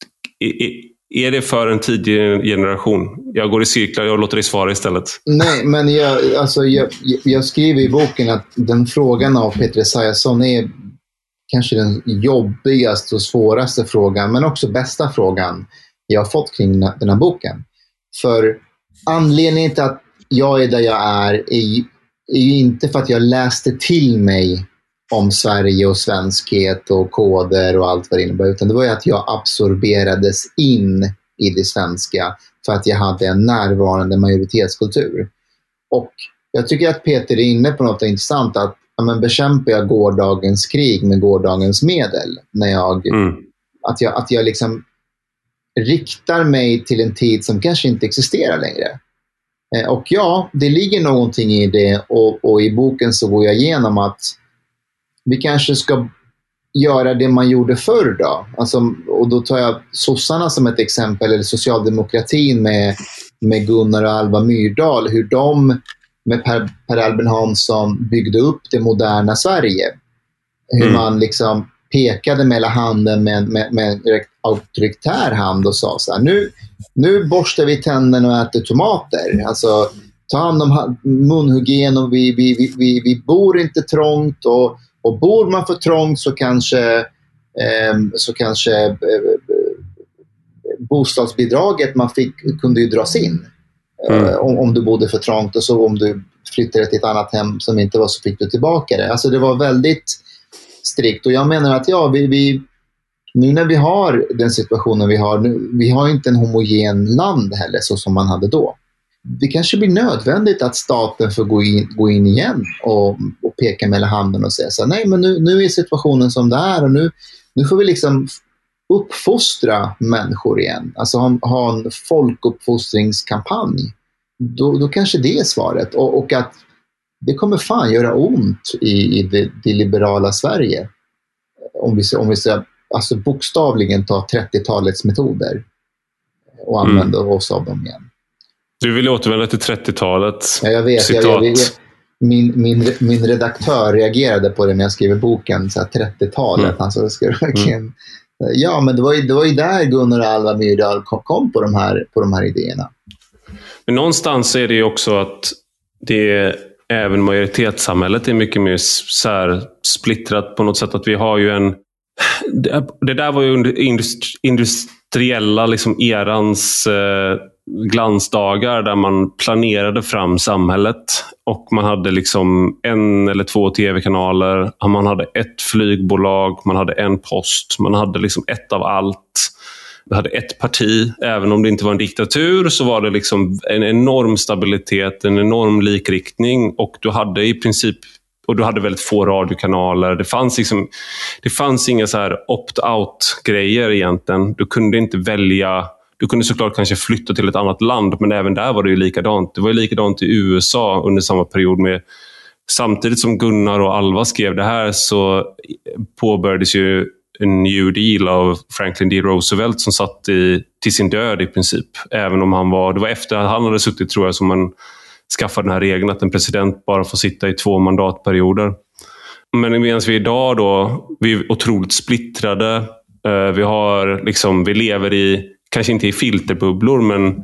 Är det för en tidig generation? Jag går i cirklar, jag låter dig svara istället. Nej, men jag, alltså, jag, jag skriver i boken att den frågan av Peter Esaiasson är kanske den jobbigaste och svåraste frågan, men också bästa frågan jag har fått kring den här boken. För anledningen till att jag är där jag är är, är ju inte för att jag läste till mig om Sverige och svenskhet och koder och allt vad det innebär, utan det var ju att jag absorberades in i det svenska för att jag hade en närvarande majoritetskultur. Och jag tycker att Peter är inne på något intressant, att ja, men bekämpar jag gårdagens krig med gårdagens medel, när jag, mm. att jag, att jag liksom riktar mig till en tid som kanske inte existerar längre. Eh, och ja, det ligger någonting i det, och, och i boken så går jag igenom att vi kanske ska göra det man gjorde förr då. Alltså, och då tar jag sossarna som ett exempel, eller socialdemokratin med, med Gunnar och Alva Myrdal, hur de med Per, Per Albin Hansson byggde upp det moderna Sverige. Hur mm. man liksom pekade mellan handen med, med, med en auktoritär hand och sa så här, nu, nu borstar vi tänderna och äter tomater. Alltså, ta hand om munhygien, och vi, vi, vi, vi, vi bor inte trångt, och, och bor man för trångt så kanske, eh, så kanske eh, bostadsbidraget man fick kunde ju dras in. Mm. Eh, om, om du bodde för trångt, och så om du flyttade till ett annat hem som inte var, så fick du tillbaka det. Alltså det var väldigt strikt, och jag menar att ja, vi, vi nu när vi har den situationen vi har nu, vi har inte en homogen land heller så som man hade då. Det kanske blir nödvändigt att staten får gå in, gå in igen och, och peka mellan handen och säga så här, nej men nu, nu är situationen som det är, och nu, nu får vi liksom uppfostra människor igen. Alltså ha, ha en folkuppfostringskampanj. Då, då kanske det är svaret, och, och att det kommer fan göra ont i, i det, det liberala Sverige. Om vi, om vi ska alltså bokstavligen ta trettiotalets metoder och använda mm. oss av dem igen. Du vill återvända till trettiotalet. Ja, jag vet. Jag, jag, jag, min, min, min redaktör reagerade på det när jag skrev boken, så här, trettiotalet. Mm. Alltså, ska verkligen, mm. Ja, men det var, ju, det var ju där Gunnar och Alva Myrdal kom, kom på, de här, på de här idéerna. Men någonstans är det ju också att det är, även majoritetssamhället är mycket mer så här splittrat på något sätt. Att vi har ju en... Det, det där var ju under industri, industriella liksom erans eh, glansdagar, där man planerade fram samhället, och man hade liksom en eller två tv-kanaler, man hade ett flygbolag, man hade en post, man hade liksom ett av allt. Vi hade ett parti, även om det inte var en diktatur, så var det liksom en enorm stabilitet, en enorm likriktning, och du hade i princip, och du hade väldigt få radiokanaler. Det fanns liksom, det fanns inga så här opt-out-grejer egentligen. Du kunde inte välja, du kunde såklart kanske flytta till ett annat land, men även där var det ju likadant. Det var ju likadant i U S A under samma period. Med, samtidigt som Gunnar och Alva skrev det här, så påbörjades ju en New Deal av Franklin D. Roosevelt, som satt i, till sin död i princip. Även om han var, det var efter att han hade suttit, tror jag, som man skaffade den här regeln att en president bara får sitta i två mandatperioder. Men medan vi idag då, vi är otroligt splittrade. Vi har liksom, vi lever i, kanske inte i filterbubblor, men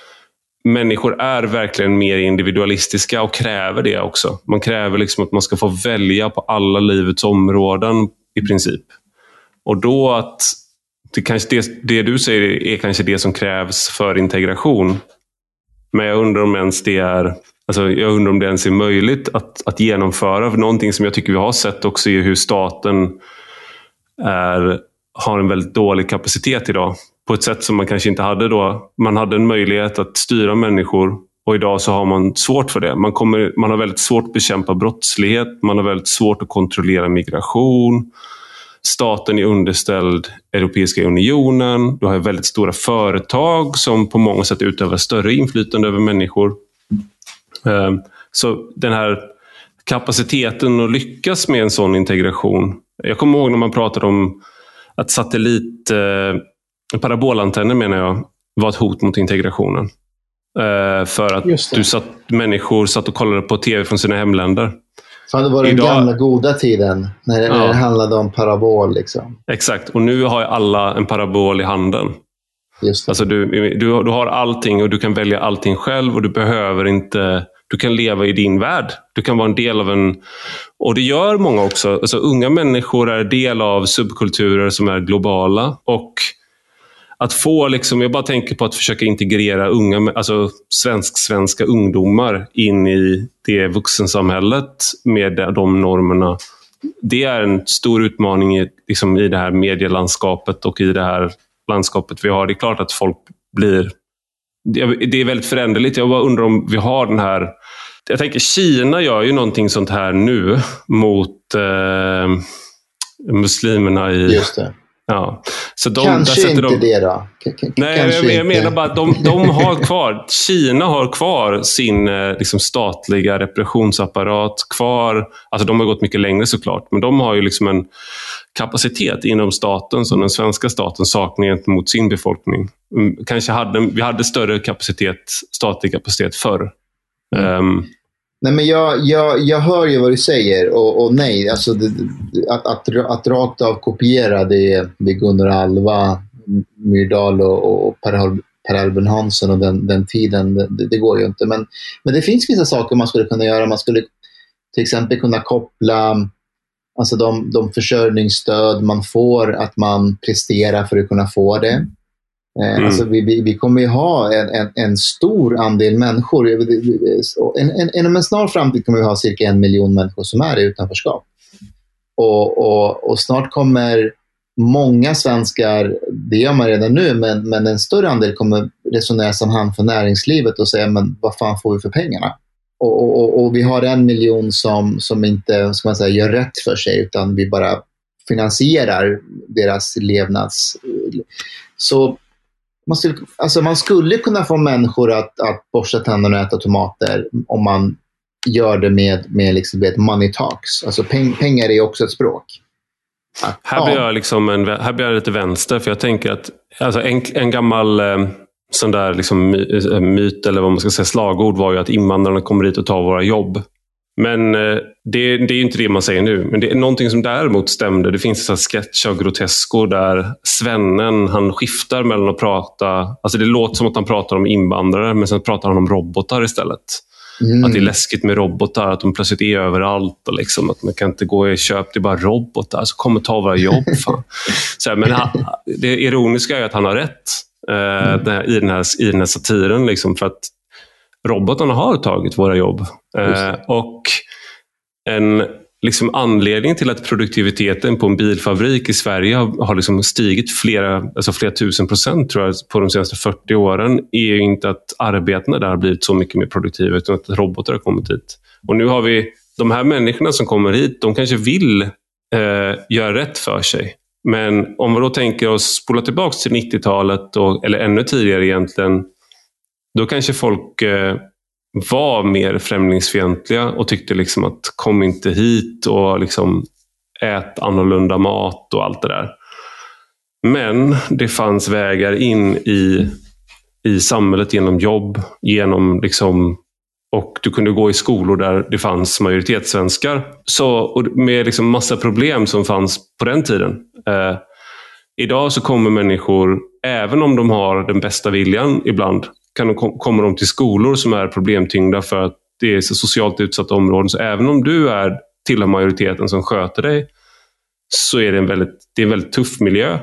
människor är verkligen mer individualistiska och kräver det också. Man kräver liksom att man ska få välja på alla livets områden i princip. Och då att det, kanske det, det du säger är kanske det som krävs för integration. Men jag undrar om ens det är, alltså jag undrar om det ens är möjligt att, att genomföra. För någonting som jag tycker vi har sett också är hur staten är, har en väldigt dålig kapacitet idag. På ett sätt som man kanske inte hade då. Man hade en möjlighet att styra människor, och idag så har man svårt för det. Man, kommer, man har väldigt svårt att bekämpa brottslighet. Man har väldigt svårt att kontrollera migration. Staten är underställd Europeiska unionen. Du har väldigt stora företag som på många sätt utövar större inflytande över människor. Så den här kapaciteten att lyckas med en sån integration. Jag kommer ihåg när man pratade om att satellit, parabolantenner menar jag, var ett hot mot integrationen. För att du satt, människor satt och kollade på tv från sina hemländer. Så det var den Idag, gamla goda tiden när det, ja. när det handlade om parabol. Liksom. Exakt, och nu har alla en parabol i handen. Just det. Alltså du, du, du har allting och du kan välja allting själv, och du behöver inte, du kan leva i din värld. Du kan vara en del av en, och det gör många också. Alltså, unga människor är del av subkulturer som är globala, och att få liksom, jag bara tänker på att försöka integrera unga, alltså svensk-svenska ungdomar in i det vuxensamhället med de normerna. Det är en stor utmaning i, liksom, i det här medielandskapet och i det här landskapet vi har. Det är klart att folk blir, det är väldigt föränderligt. Jag bara undrar om vi har den här, jag tänker Kina gör ju någonting sånt här nu mot eh, muslimerna i... Just det. Ja, Så de, kanske inte de, det då. K- k- nej, jag, jag menar bara att de, de har kvar, Kina har kvar sin liksom, statliga repressionsapparat kvar. Alltså de har gått mycket längre såklart, men de har ju liksom en kapacitet inom staten som den svenska staten saknar gentemot sin befolkning. Kanske hade, vi hade större kapacitet, statlig kapacitet förr. Mm. Um, Nej, men jag, jag, jag hör ju vad du säger och, och nej, alltså det, att, att, att rakt av kopiera det, det Gunnar Alva, Myrdal och, och Per, Per Albin Hansson och den, den tiden, det, det går ju inte. Men, men det finns vissa saker man skulle kunna göra. Man skulle till exempel kunna koppla alltså de, de försörjningsstöd man får, att man presterar för att kunna få det. Mm. Alltså vi, vi, vi kommer ju ha en, en, en stor andel människor. En, en, inom en snar framtid kommer vi ha cirka en miljon människor som är i utanförskap. Och, och, och snart kommer många svenskar, det gör man redan nu, men, men en större andel kommer resonera som hand för näringslivet och säga, men vad fan får vi för pengarna? Och, och, och vi har en miljon som, som inte ska man säga, gör rätt för sig, utan vi bara finansierar deras levnads... Så man skulle, alltså man skulle kunna få människor att, att borsta tänderna och äta tomater om man gör det med, med liksom ett money talks. Alltså peng, pengar är också ett språk. Att, här, blir jag liksom en, här blir jag lite vänster, för jag tänker att alltså en, en gammal eh, sån där liksom my, myt, eller vad man ska säga, slagord var ju att invandrarna kommer hit och tar våra jobb. Men eh, det, det är ju inte det man säger nu. Men det är någonting som däremot stämde. Det finns en sketch av Grotesco där svennen, han skiftar mellan att prata, alltså det låter som att han pratar om invandrare, men sen pratar han om robotar istället. Mm. Att det är läskigt med robotar, att de plötsligt är överallt och liksom, att man kan inte gå i köp, det är bara robotar som kommer ta våra jobb. Fan. Så här, men han, det ironiska är att han har rätt eh, mm. där, i, den här, i den här satiren, liksom, för att robotarna har tagit våra jobb. Eh, och en liksom anledning till att produktiviteten på en bilfabrik i Sverige har, har liksom stigit flera, alltså flera tusen procent tror jag, på de senaste fyrtio åren är ju inte att arbetena där har blivit så mycket mer produktiva, utan att robotar har kommit hit. Och nu har vi de här människorna som kommer hit, de kanske vill eh, göra rätt för sig. Men om vi då tänker oss spola tillbaka till nittiotalet, och, eller ännu tidigare egentligen, då kanske folk eh, var mer främlingsfientliga och tyckte liksom att kom inte hit och liksom ät annorlunda mat och allt det där. Men det fanns vägar in i, i samhället genom jobb, genom liksom, och du kunde gå i skolor där det fanns majoritetssvenskar. Så, och med liksom massa problem som fanns på den tiden. Eh, idag så kommer människor, även om de har den bästa viljan ibland, kan de, kommer de till skolor som är problemtyngda för att det är så socialt utsatta områden. Så även om du är tillhör majoriteten som sköter dig, så är det en väldigt, det är en väldigt tuff miljö.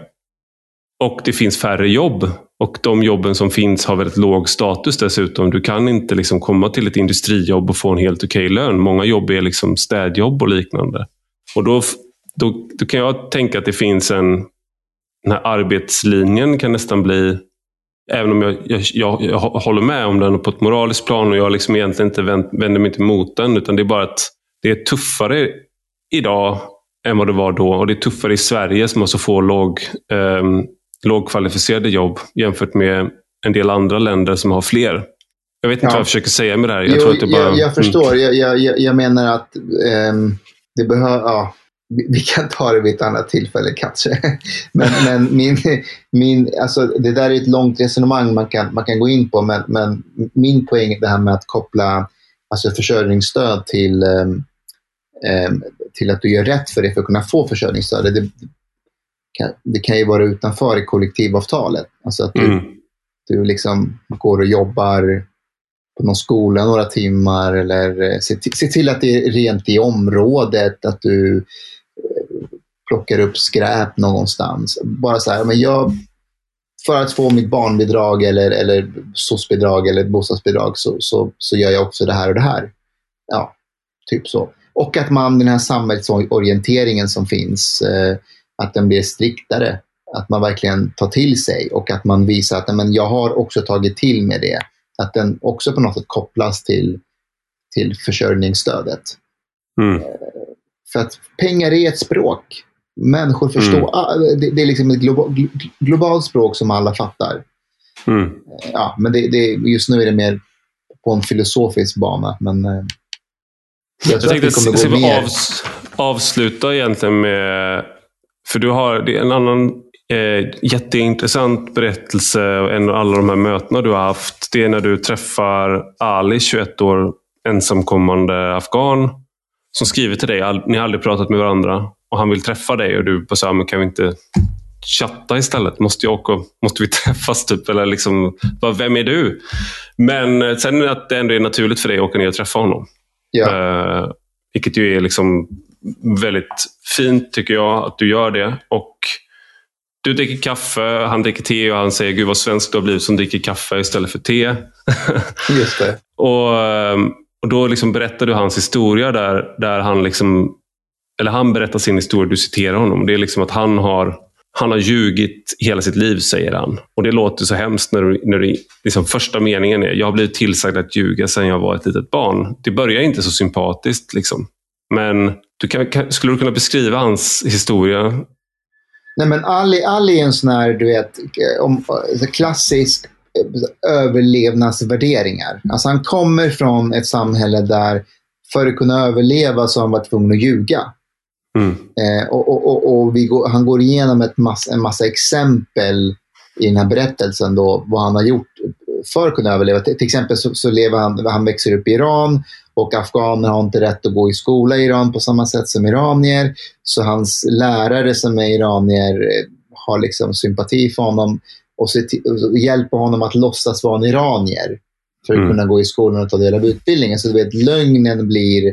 Och det finns färre jobb. Och de jobben som finns har väldigt låg status dessutom. Du kan inte liksom komma till ett industrijobb och få en helt okej lön. Många jobb är liksom städjobb och liknande. Och då, då, då kan jag tänka att det finns en... Den här arbetslinjen kan nästan bli... Även om jag, jag, jag, jag håller med om den på ett moraliskt plan, och jag liksom egentligen inte vänd, vänder mig inte mot den, utan det är bara att det är tuffare idag än vad det var då. Och det är tuffare i Sverige som har så få låg, eh, lågkvalificerade jobb jämfört med en del andra länder som har fler. Jag vet inte ja. vad jag försöker säga med det här. Jag, jo, tror att det bara... jag, jag förstår. Mm. Jag, jag, jag menar att eh, det behöver... Ja. Vi kan ta det vid ett annat tillfälle kanske. Men, men min, min, alltså det där är ett långt resonemang man kan, man kan gå in på. Men, men min poäng är det här med att koppla alltså försörjningsstöd till, eh, till att du gör rätt för det för att kunna få försörjningsstöd. Det, kan, det kan ju vara utanför i kollektivavtalet. Alltså att du, mm. du liksom går och jobbar på någon skola några timmar, eller se, se till att det är rent i området, att du plockar upp skräp någonstans. Bara så här, men jag, för att få mitt barnbidrag eller, eller S O S-bidrag eller bostadsbidrag så, så, så gör jag också det här och det här. Ja, typ så. Och att man, den här samhällsorienteringen som finns, eh, att den blir striktare. Att man verkligen tar till sig, och att man visar att men jag har också tagit till med det. Att den också på något sätt kopplas till, till försörjningsstödet. Mm. För att pengar är ett språk. Människor förstår. Mm. Det, det är liksom ett global, globalt språk som alla fattar. Mm. Ja, men det, det, just nu är det mer på en filosofisk bana. Men jag, jag tänkte att vi kommer gå mer. Avs, avsluta egentligen med... För du har det är en annan eh, jätteintressant berättelse. En av alla de här mötena du har haft. Det är när du träffar Ali, tjugoett år, ensamkommande afghan. Som skriver till dig. Ni har aldrig pratat med varandra. Och han vill träffa dig. Och du bara så här, men kan vi inte chatta istället? Måste jag åka? Måste vi träffas typ? Eller liksom, vem är du? Men sen att det ändå är naturligt för dig att åka ner och träffa honom. Ja. Uh, vilket ju är liksom väldigt fint tycker jag att du gör det. Och du dricker kaffe, han dricker te och han säger gud vad svensk du har blivit som dricker kaffe istället för te. Just det. och, och då liksom berättar du hans historia där, där han liksom, eller han berättar sin historia, du citerar honom. Det är liksom att han har Han har ljugit hela sitt liv, säger han. Och det låter så hemskt när du, när du liksom första meningen är jag har blivit tillsagd att ljuga sedan jag var ett litet barn. Det börjar inte så sympatiskt liksom. Men du kan, kan, skulle du kunna beskriva hans historia? Nej, men Ali, Ali är en sån här, du vet, om, klassisk överlevnadsvärderingar. Alltså han kommer från ett samhälle där för att kunna överleva så har han varit tvungen att ljuga. Mm. Eh, och och, och, och vi går, han går igenom ett massa, en massa exempel i den här berättelsen då, vad han har gjort för att kunna överleva. Till, till exempel så, så lever han, han växer upp i Iran och afghaner har inte rätt att gå i skola i Iran på samma sätt som iranier. Så hans lärare som är iranier har liksom sympati för honom och, se till, och hjälper honom att låtsas vara en iranier för att mm. kunna gå i skolan och ta del av utbildningen. Så du vet, lögnen blir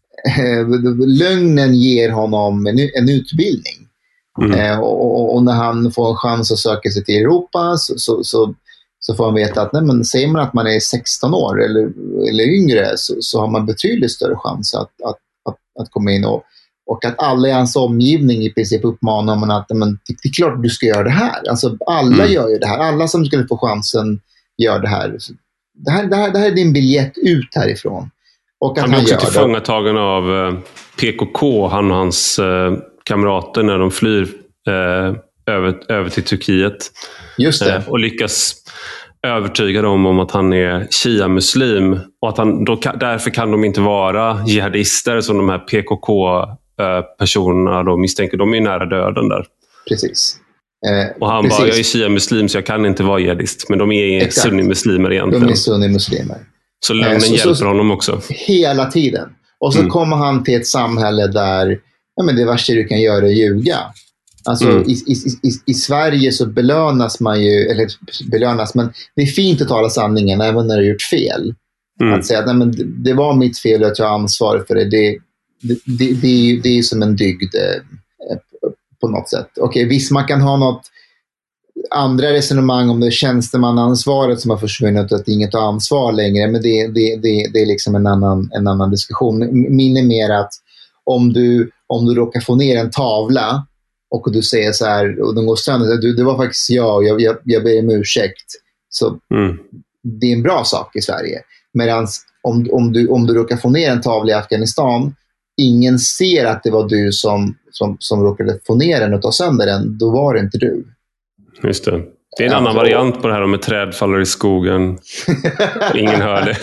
lögnen ger honom en, en utbildning. Mm. Eh, och, och, och när han får en chans att söka sig till Europa så, så, så, så får han veta att nej, men säger man att man är sexton år eller, eller yngre så, så har man betydligt större chans att, att, att, att komma in och, och att alla i hans omgivning i princip uppmanar honom att men, det, det är klart att du ska göra det här. Alltså, alla mm. gör ju det här. Alla som skulle få chansen gör det här. Det här, det här, det här är din biljett ut härifrån. Och han blir också tillfångatagen av P K K, han och hans eh, kamrater när de flyr eh, över, över till Turkiet. Just det. Eh, och lyckas övertyga dem om att han är shia-muslim. Och att han, då, därför kan de inte vara jihadister som de här P K K-personerna då misstänker. De är nära döden där. Precis. Eh, och han precis. bara, jag är shia-muslim så jag kan inte vara jihadist. Men de är sunni-muslimer egentligen. De är sunni-muslimer. Så lögnen så, hjälper så, honom också. Hela tiden. Och så mm. kommer han till ett samhälle där ja, men det värsta du kan göra är ljuga. Alltså mm. i, i, i, i Sverige så belönas man ju, eller belönas, men det är fint att tala sanningen även när du har gjort fel. Mm. Att säga att nej, men det, det var mitt fel och jag tar ansvar för det. Det, det, det, det, är, ju, det är som en dygd eh, på något sätt. Okej, okay, visst man kan ha något andra resonemang om det tjänstemannaansvaret som har försvunnit och att inget har ansvar längre, men det, det, det, det är liksom en annan, en annan diskussion. Min är mer att om du, om du råkar få ner en tavla och du säger så här och den går sönder, du, det var faktiskt jag, jag, jag, jag ber om ursäkt, så mm. det är en bra sak i Sverige. Medan om, om, du, om du råkar få ner en tavla i Afghanistan, ingen ser att det var du som, som, som råkade få ner den och ta sönder den, då var det inte du. Just det. Det är en ja, annan så... variant på det här om ett träd faller i skogen. Ingen hör det.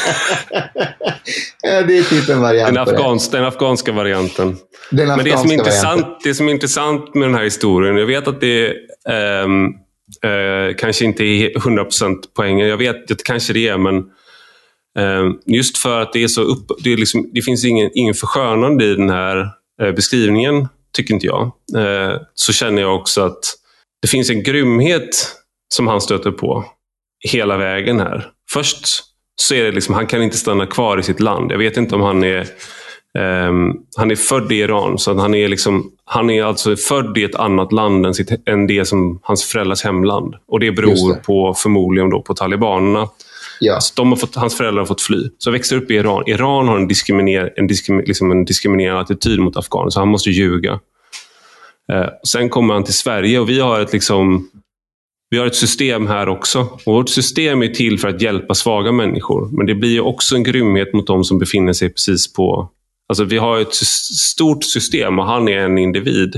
Ja, det är typ en variant. Den, afghans, den afghanska varianten. Den afghanska Men det som, är intressant, varianten. det som är intressant med den här historien, jag vet att det um, uh, kanske inte är hundra procent poängen. Jag vet att kanske det är, men um, just för att det är så upp, det, är liksom, det finns ingen, ingen förskönande i den här uh, beskrivningen, tycker inte jag. Uh, så känner jag också att det finns en grymhet som han stöter på hela vägen här. Först så är det liksom, han kan inte stanna kvar i sitt land. Jag vet inte om han är um, han är född i Iran, så att han är liksom, han är alltså född i ett annat land än, sitt, än det som hans föräldrars hemland. Och det beror det. på förmodligen då på talibanerna. Ja. Alltså, de har fått, hans föräldrar har fått fly. Så växer upp i Iran. Iran har en, diskriminer, en, diskrim, liksom en diskriminerande attityd mot afghaner, så han måste ljuga. Eh, sen kommer han till Sverige och vi har ett liksom vi har ett system här också. Och vårt system är till för att hjälpa svaga människor, men det blir ju också en grymhet mot de som befinner sig precis på, alltså vi har ett stort system och han är en individ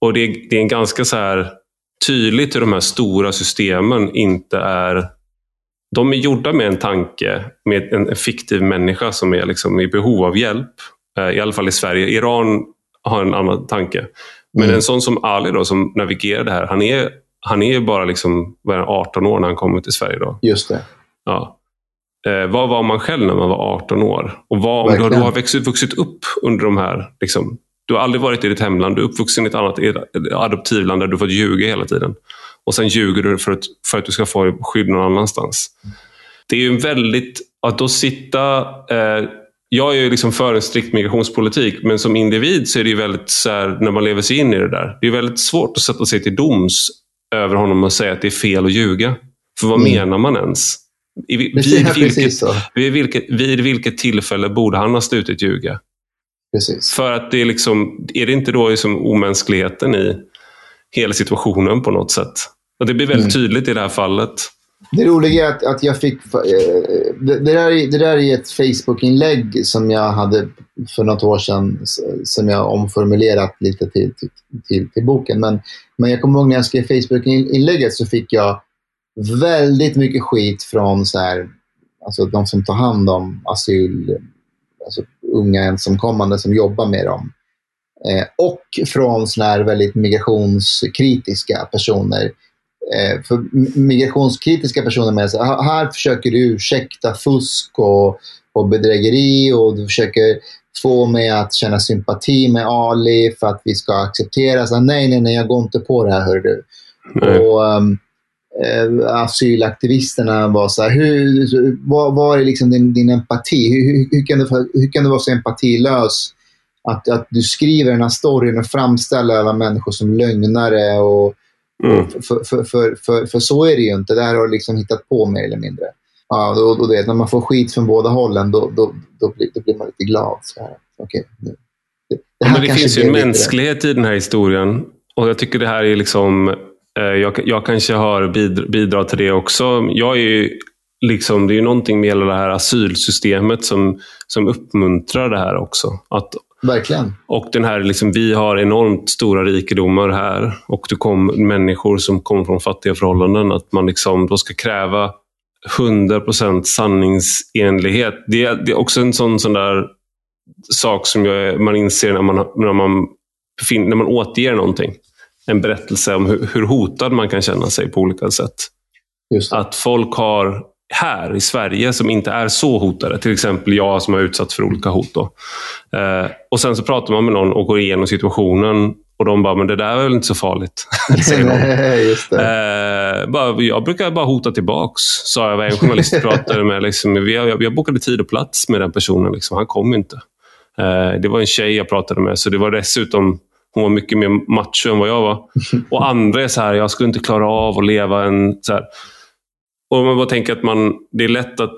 Och det, det är en ganska så här tydligt hur de här stora systemen inte är... De är gjorda med en tanke, med en, en fiktiv människa som är liksom i behov av hjälp. Eh, I alla fall i Sverige. Iran har en annan tanke. Men mm. en sån som Ali då, som navigerar det här, han är, han är bara liksom arton år när han kommer till Sverige då. Just det. Ja. Eh, vad var man själv när man var arton år? Och vad, om du, du har vuxit, vuxit upp under de här... Liksom, du har aldrig varit i ditt hemland, du är uppvuxen i ett annat adoptivland där du fått ljuga hela tiden. Och sen ljuger du för att, för att du ska få skydd någon annanstans. Det är ju en väldigt... Att då sitta... Eh, jag är ju liksom för en strikt migrationspolitik, men som individ så är det ju väldigt så här, när man lever sig in i det där. Det är väldigt svårt att sätta sig till doms över honom och säga att det är fel att ljuga. För vad mm. menar man ens? I, vid, vilket, vid, vilket, vid vilket tillfälle borde han ha slutit ljuga? Precis. För att det är liksom, är det inte då liksom omänskligheten i hela situationen på något sätt? Och det blir väldigt mm. tydligt i det här fallet. Det roliga är att, att jag fick... Det, det, där, det där är ett Facebook-inlägg som jag hade för något år sedan, som jag omformulerat lite till, till, till, till boken. Men, men jag kommer ihåg när jag skrev Facebook-inlägget så fick jag väldigt mycket skit från så här, alltså de som tar hand om asyl, alltså unga ensamkommande som jobbar med dem. Eh, och från såna här väldigt migrationskritiska personer. Eh, för migrationskritiska personer med sig, här försöker du ursäkta fusk och, och bedrägeri, och du försöker få mig att känna sympati med Ali för att vi ska acceptera. Så, nej, nej, nej, jag går inte på det här, hör du. Mm. Och um, eh, asylaktivisterna var så här, hur, vad, vad är liksom din, din empati? Hur, hur, hur, kan du, hur kan du vara så empatilös att, att du skriver den här storyn och framställer alla människor som lögnare och Mm. För, för, för, för, för så är det ju inte. Det här har liksom hittat på mer eller mindre. Ja, då, då det, när man får skit från båda hållen, då, då, då, blir, då blir man lite glad. Så här. Okay, nu. Det, det, här Men det finns ju en mänsklighet i den här historien. Och jag tycker det här är liksom... Eh, jag, jag kanske har bidra, bidragit till det också. Jag är ju liksom... Det är ju någonting med hela det här asylsystemet som, som uppmuntrar det här också. Att verkligen. Och den här liksom, vi har enormt stora rikedomar här, och det kommer människor som kommer från fattiga förhållanden, att man liksom då ska kräva hundra procent sanningsenlighet. Det är, det är också en sån, sån där sak som jag, man inser när man, när, man, när man återger någonting. En berättelse om hur, hur hotad man kan känna sig på olika sätt. Just att folk har här i Sverige som inte är så hotade. Till exempel jag som har utsatts för olika hot. Då. Eh, och sen så pratar man med någon och går igenom situationen, och de bara, men det där är väl inte så farligt. Just det. Eh, bara, jag brukar bara hota tillbaks, sa jag. En journalist pratade med. Liksom, vi, har, vi har bokade tid och plats med den personen. Liksom, han kom inte. Eh, det var en tjej jag pratade med, så det var dessutom... Hon var mycket mer macho än vad jag var. Och andra är så här, jag skulle inte klara av att leva en... Så här. Och man bara tänker att man, det är lätt att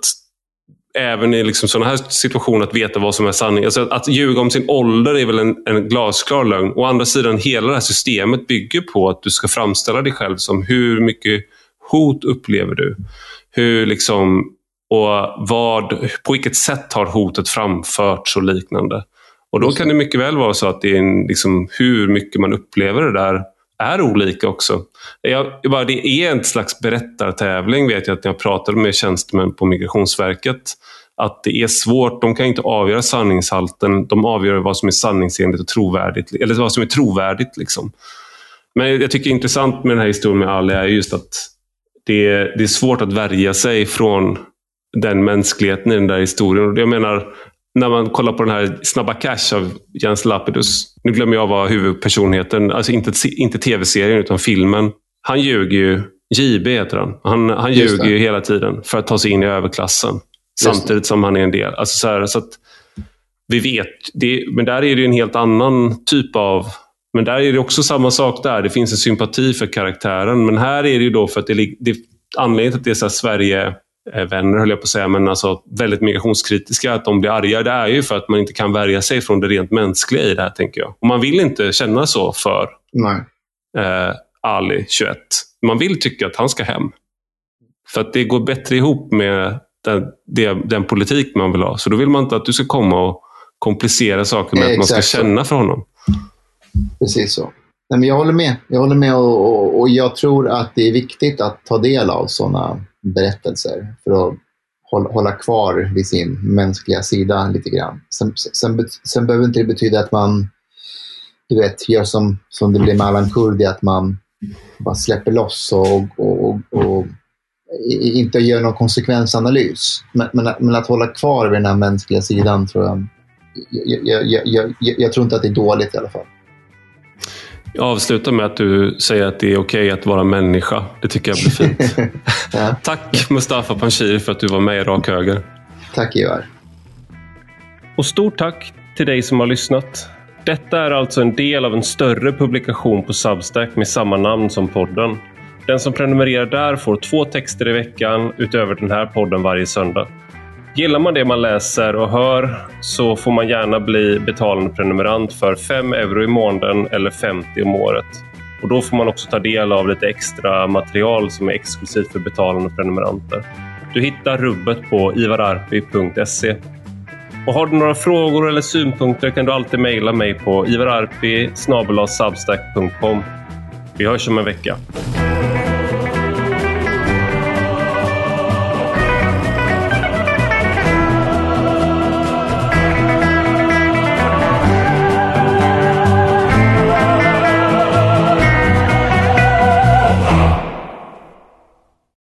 även i liksom sådana här situationer att veta vad som är sanning. Alltså att, att ljuga om sin ålder är väl en, en glasklar lögn. Å andra sidan, hela det här systemet bygger på att du ska framställa dig själv som hur mycket hot upplever du. Hur liksom, och vad, på vilket sätt har hotet framförts och liknande. Och då kan det mycket väl vara så att det är en, liksom, hur mycket man upplever det där är olika också. Jag, jag bara, det är en slags berättartävling, vet jag att jag pratade med tjänstemän på Migrationsverket. Att det är svårt, de kan inte avgöra sanningshalten. De avgör vad som är sanningsenligt och trovärdigt. Eller vad som är trovärdigt liksom. Men jag tycker det är intressant med den här historien med Ali är just att det är, det är svårt att värja sig från den mänskligheten i den där historien. Och jag menar, när man kollar på den här Snabba Cash av Jens Lapidus. Nu glömmer jag vad huvudperson heter. Alltså inte, inte tv-serien utan filmen. Han ljuger ju. J B heter han. Han, han ljuger ju hela tiden för att ta sig in i överklassen. Samtidigt som han är en del. Alltså så, här, så att vi vet. Det, men där är det ju en helt annan typ av... Men där är det också samma sak där. Det finns en sympati för karaktären. Men här är det ju då för att det, det anledningen till att det är så här Sverige... vänner höll jag på att säga, men alltså väldigt migrationskritiska, att de blir arga, det är ju för att man inte kan värja sig från det rent mänskliga i det här, tänker jag. Och man vill inte känna så för Nej. Eh, Ali tjugoett. Man vill tycka att han ska hem. För att det går bättre ihop med den, det, den politik man vill ha. Så då vill man inte att du ska komma och komplicera saker med eh, att man ska känna för honom. Precis så. Nej, men jag håller med. Jag håller med och, och, och jag tror att det är viktigt att ta del av sådana berättelser för att hålla, hålla kvar vid sin mänskliga sida lite grann. Sen, sen, sen behöver inte det betyda att man, du vet, gör som, som det blir med Alan Kurdi, att man bara släpper loss och, och, och, och inte gör någon konsekvensanalys. Men, men, men att hålla kvar vid den här mänskliga sidan tror jag, jag, jag, jag, jag, jag tror inte att det är dåligt i alla fall. Jag avslutar med att du säger att det är okej att vara människa. Det tycker jag blir fint. Ja. Tack Mustafa Panshiri för att du var med i Rak Höger. Tack Ivar. Och stort tack till dig som har lyssnat. Detta är alltså en del av en större publikation på Substack med samma namn som podden. Den som prenumererar där får två texter i veckan utöver den här podden varje söndag. Gillar man det man läser och hör så får man gärna bli betalande prenumerant för fem euro i månaden eller femtio om året. Och då får man också ta del av lite extra material som är exklusivt för betalande prenumeranter. Du hittar rubbet på ivararpi punkt se. Och har du några frågor eller synpunkter kan du alltid mejla mig på ivararpi snabel-a substack punkt com. Vi hörs om en vecka.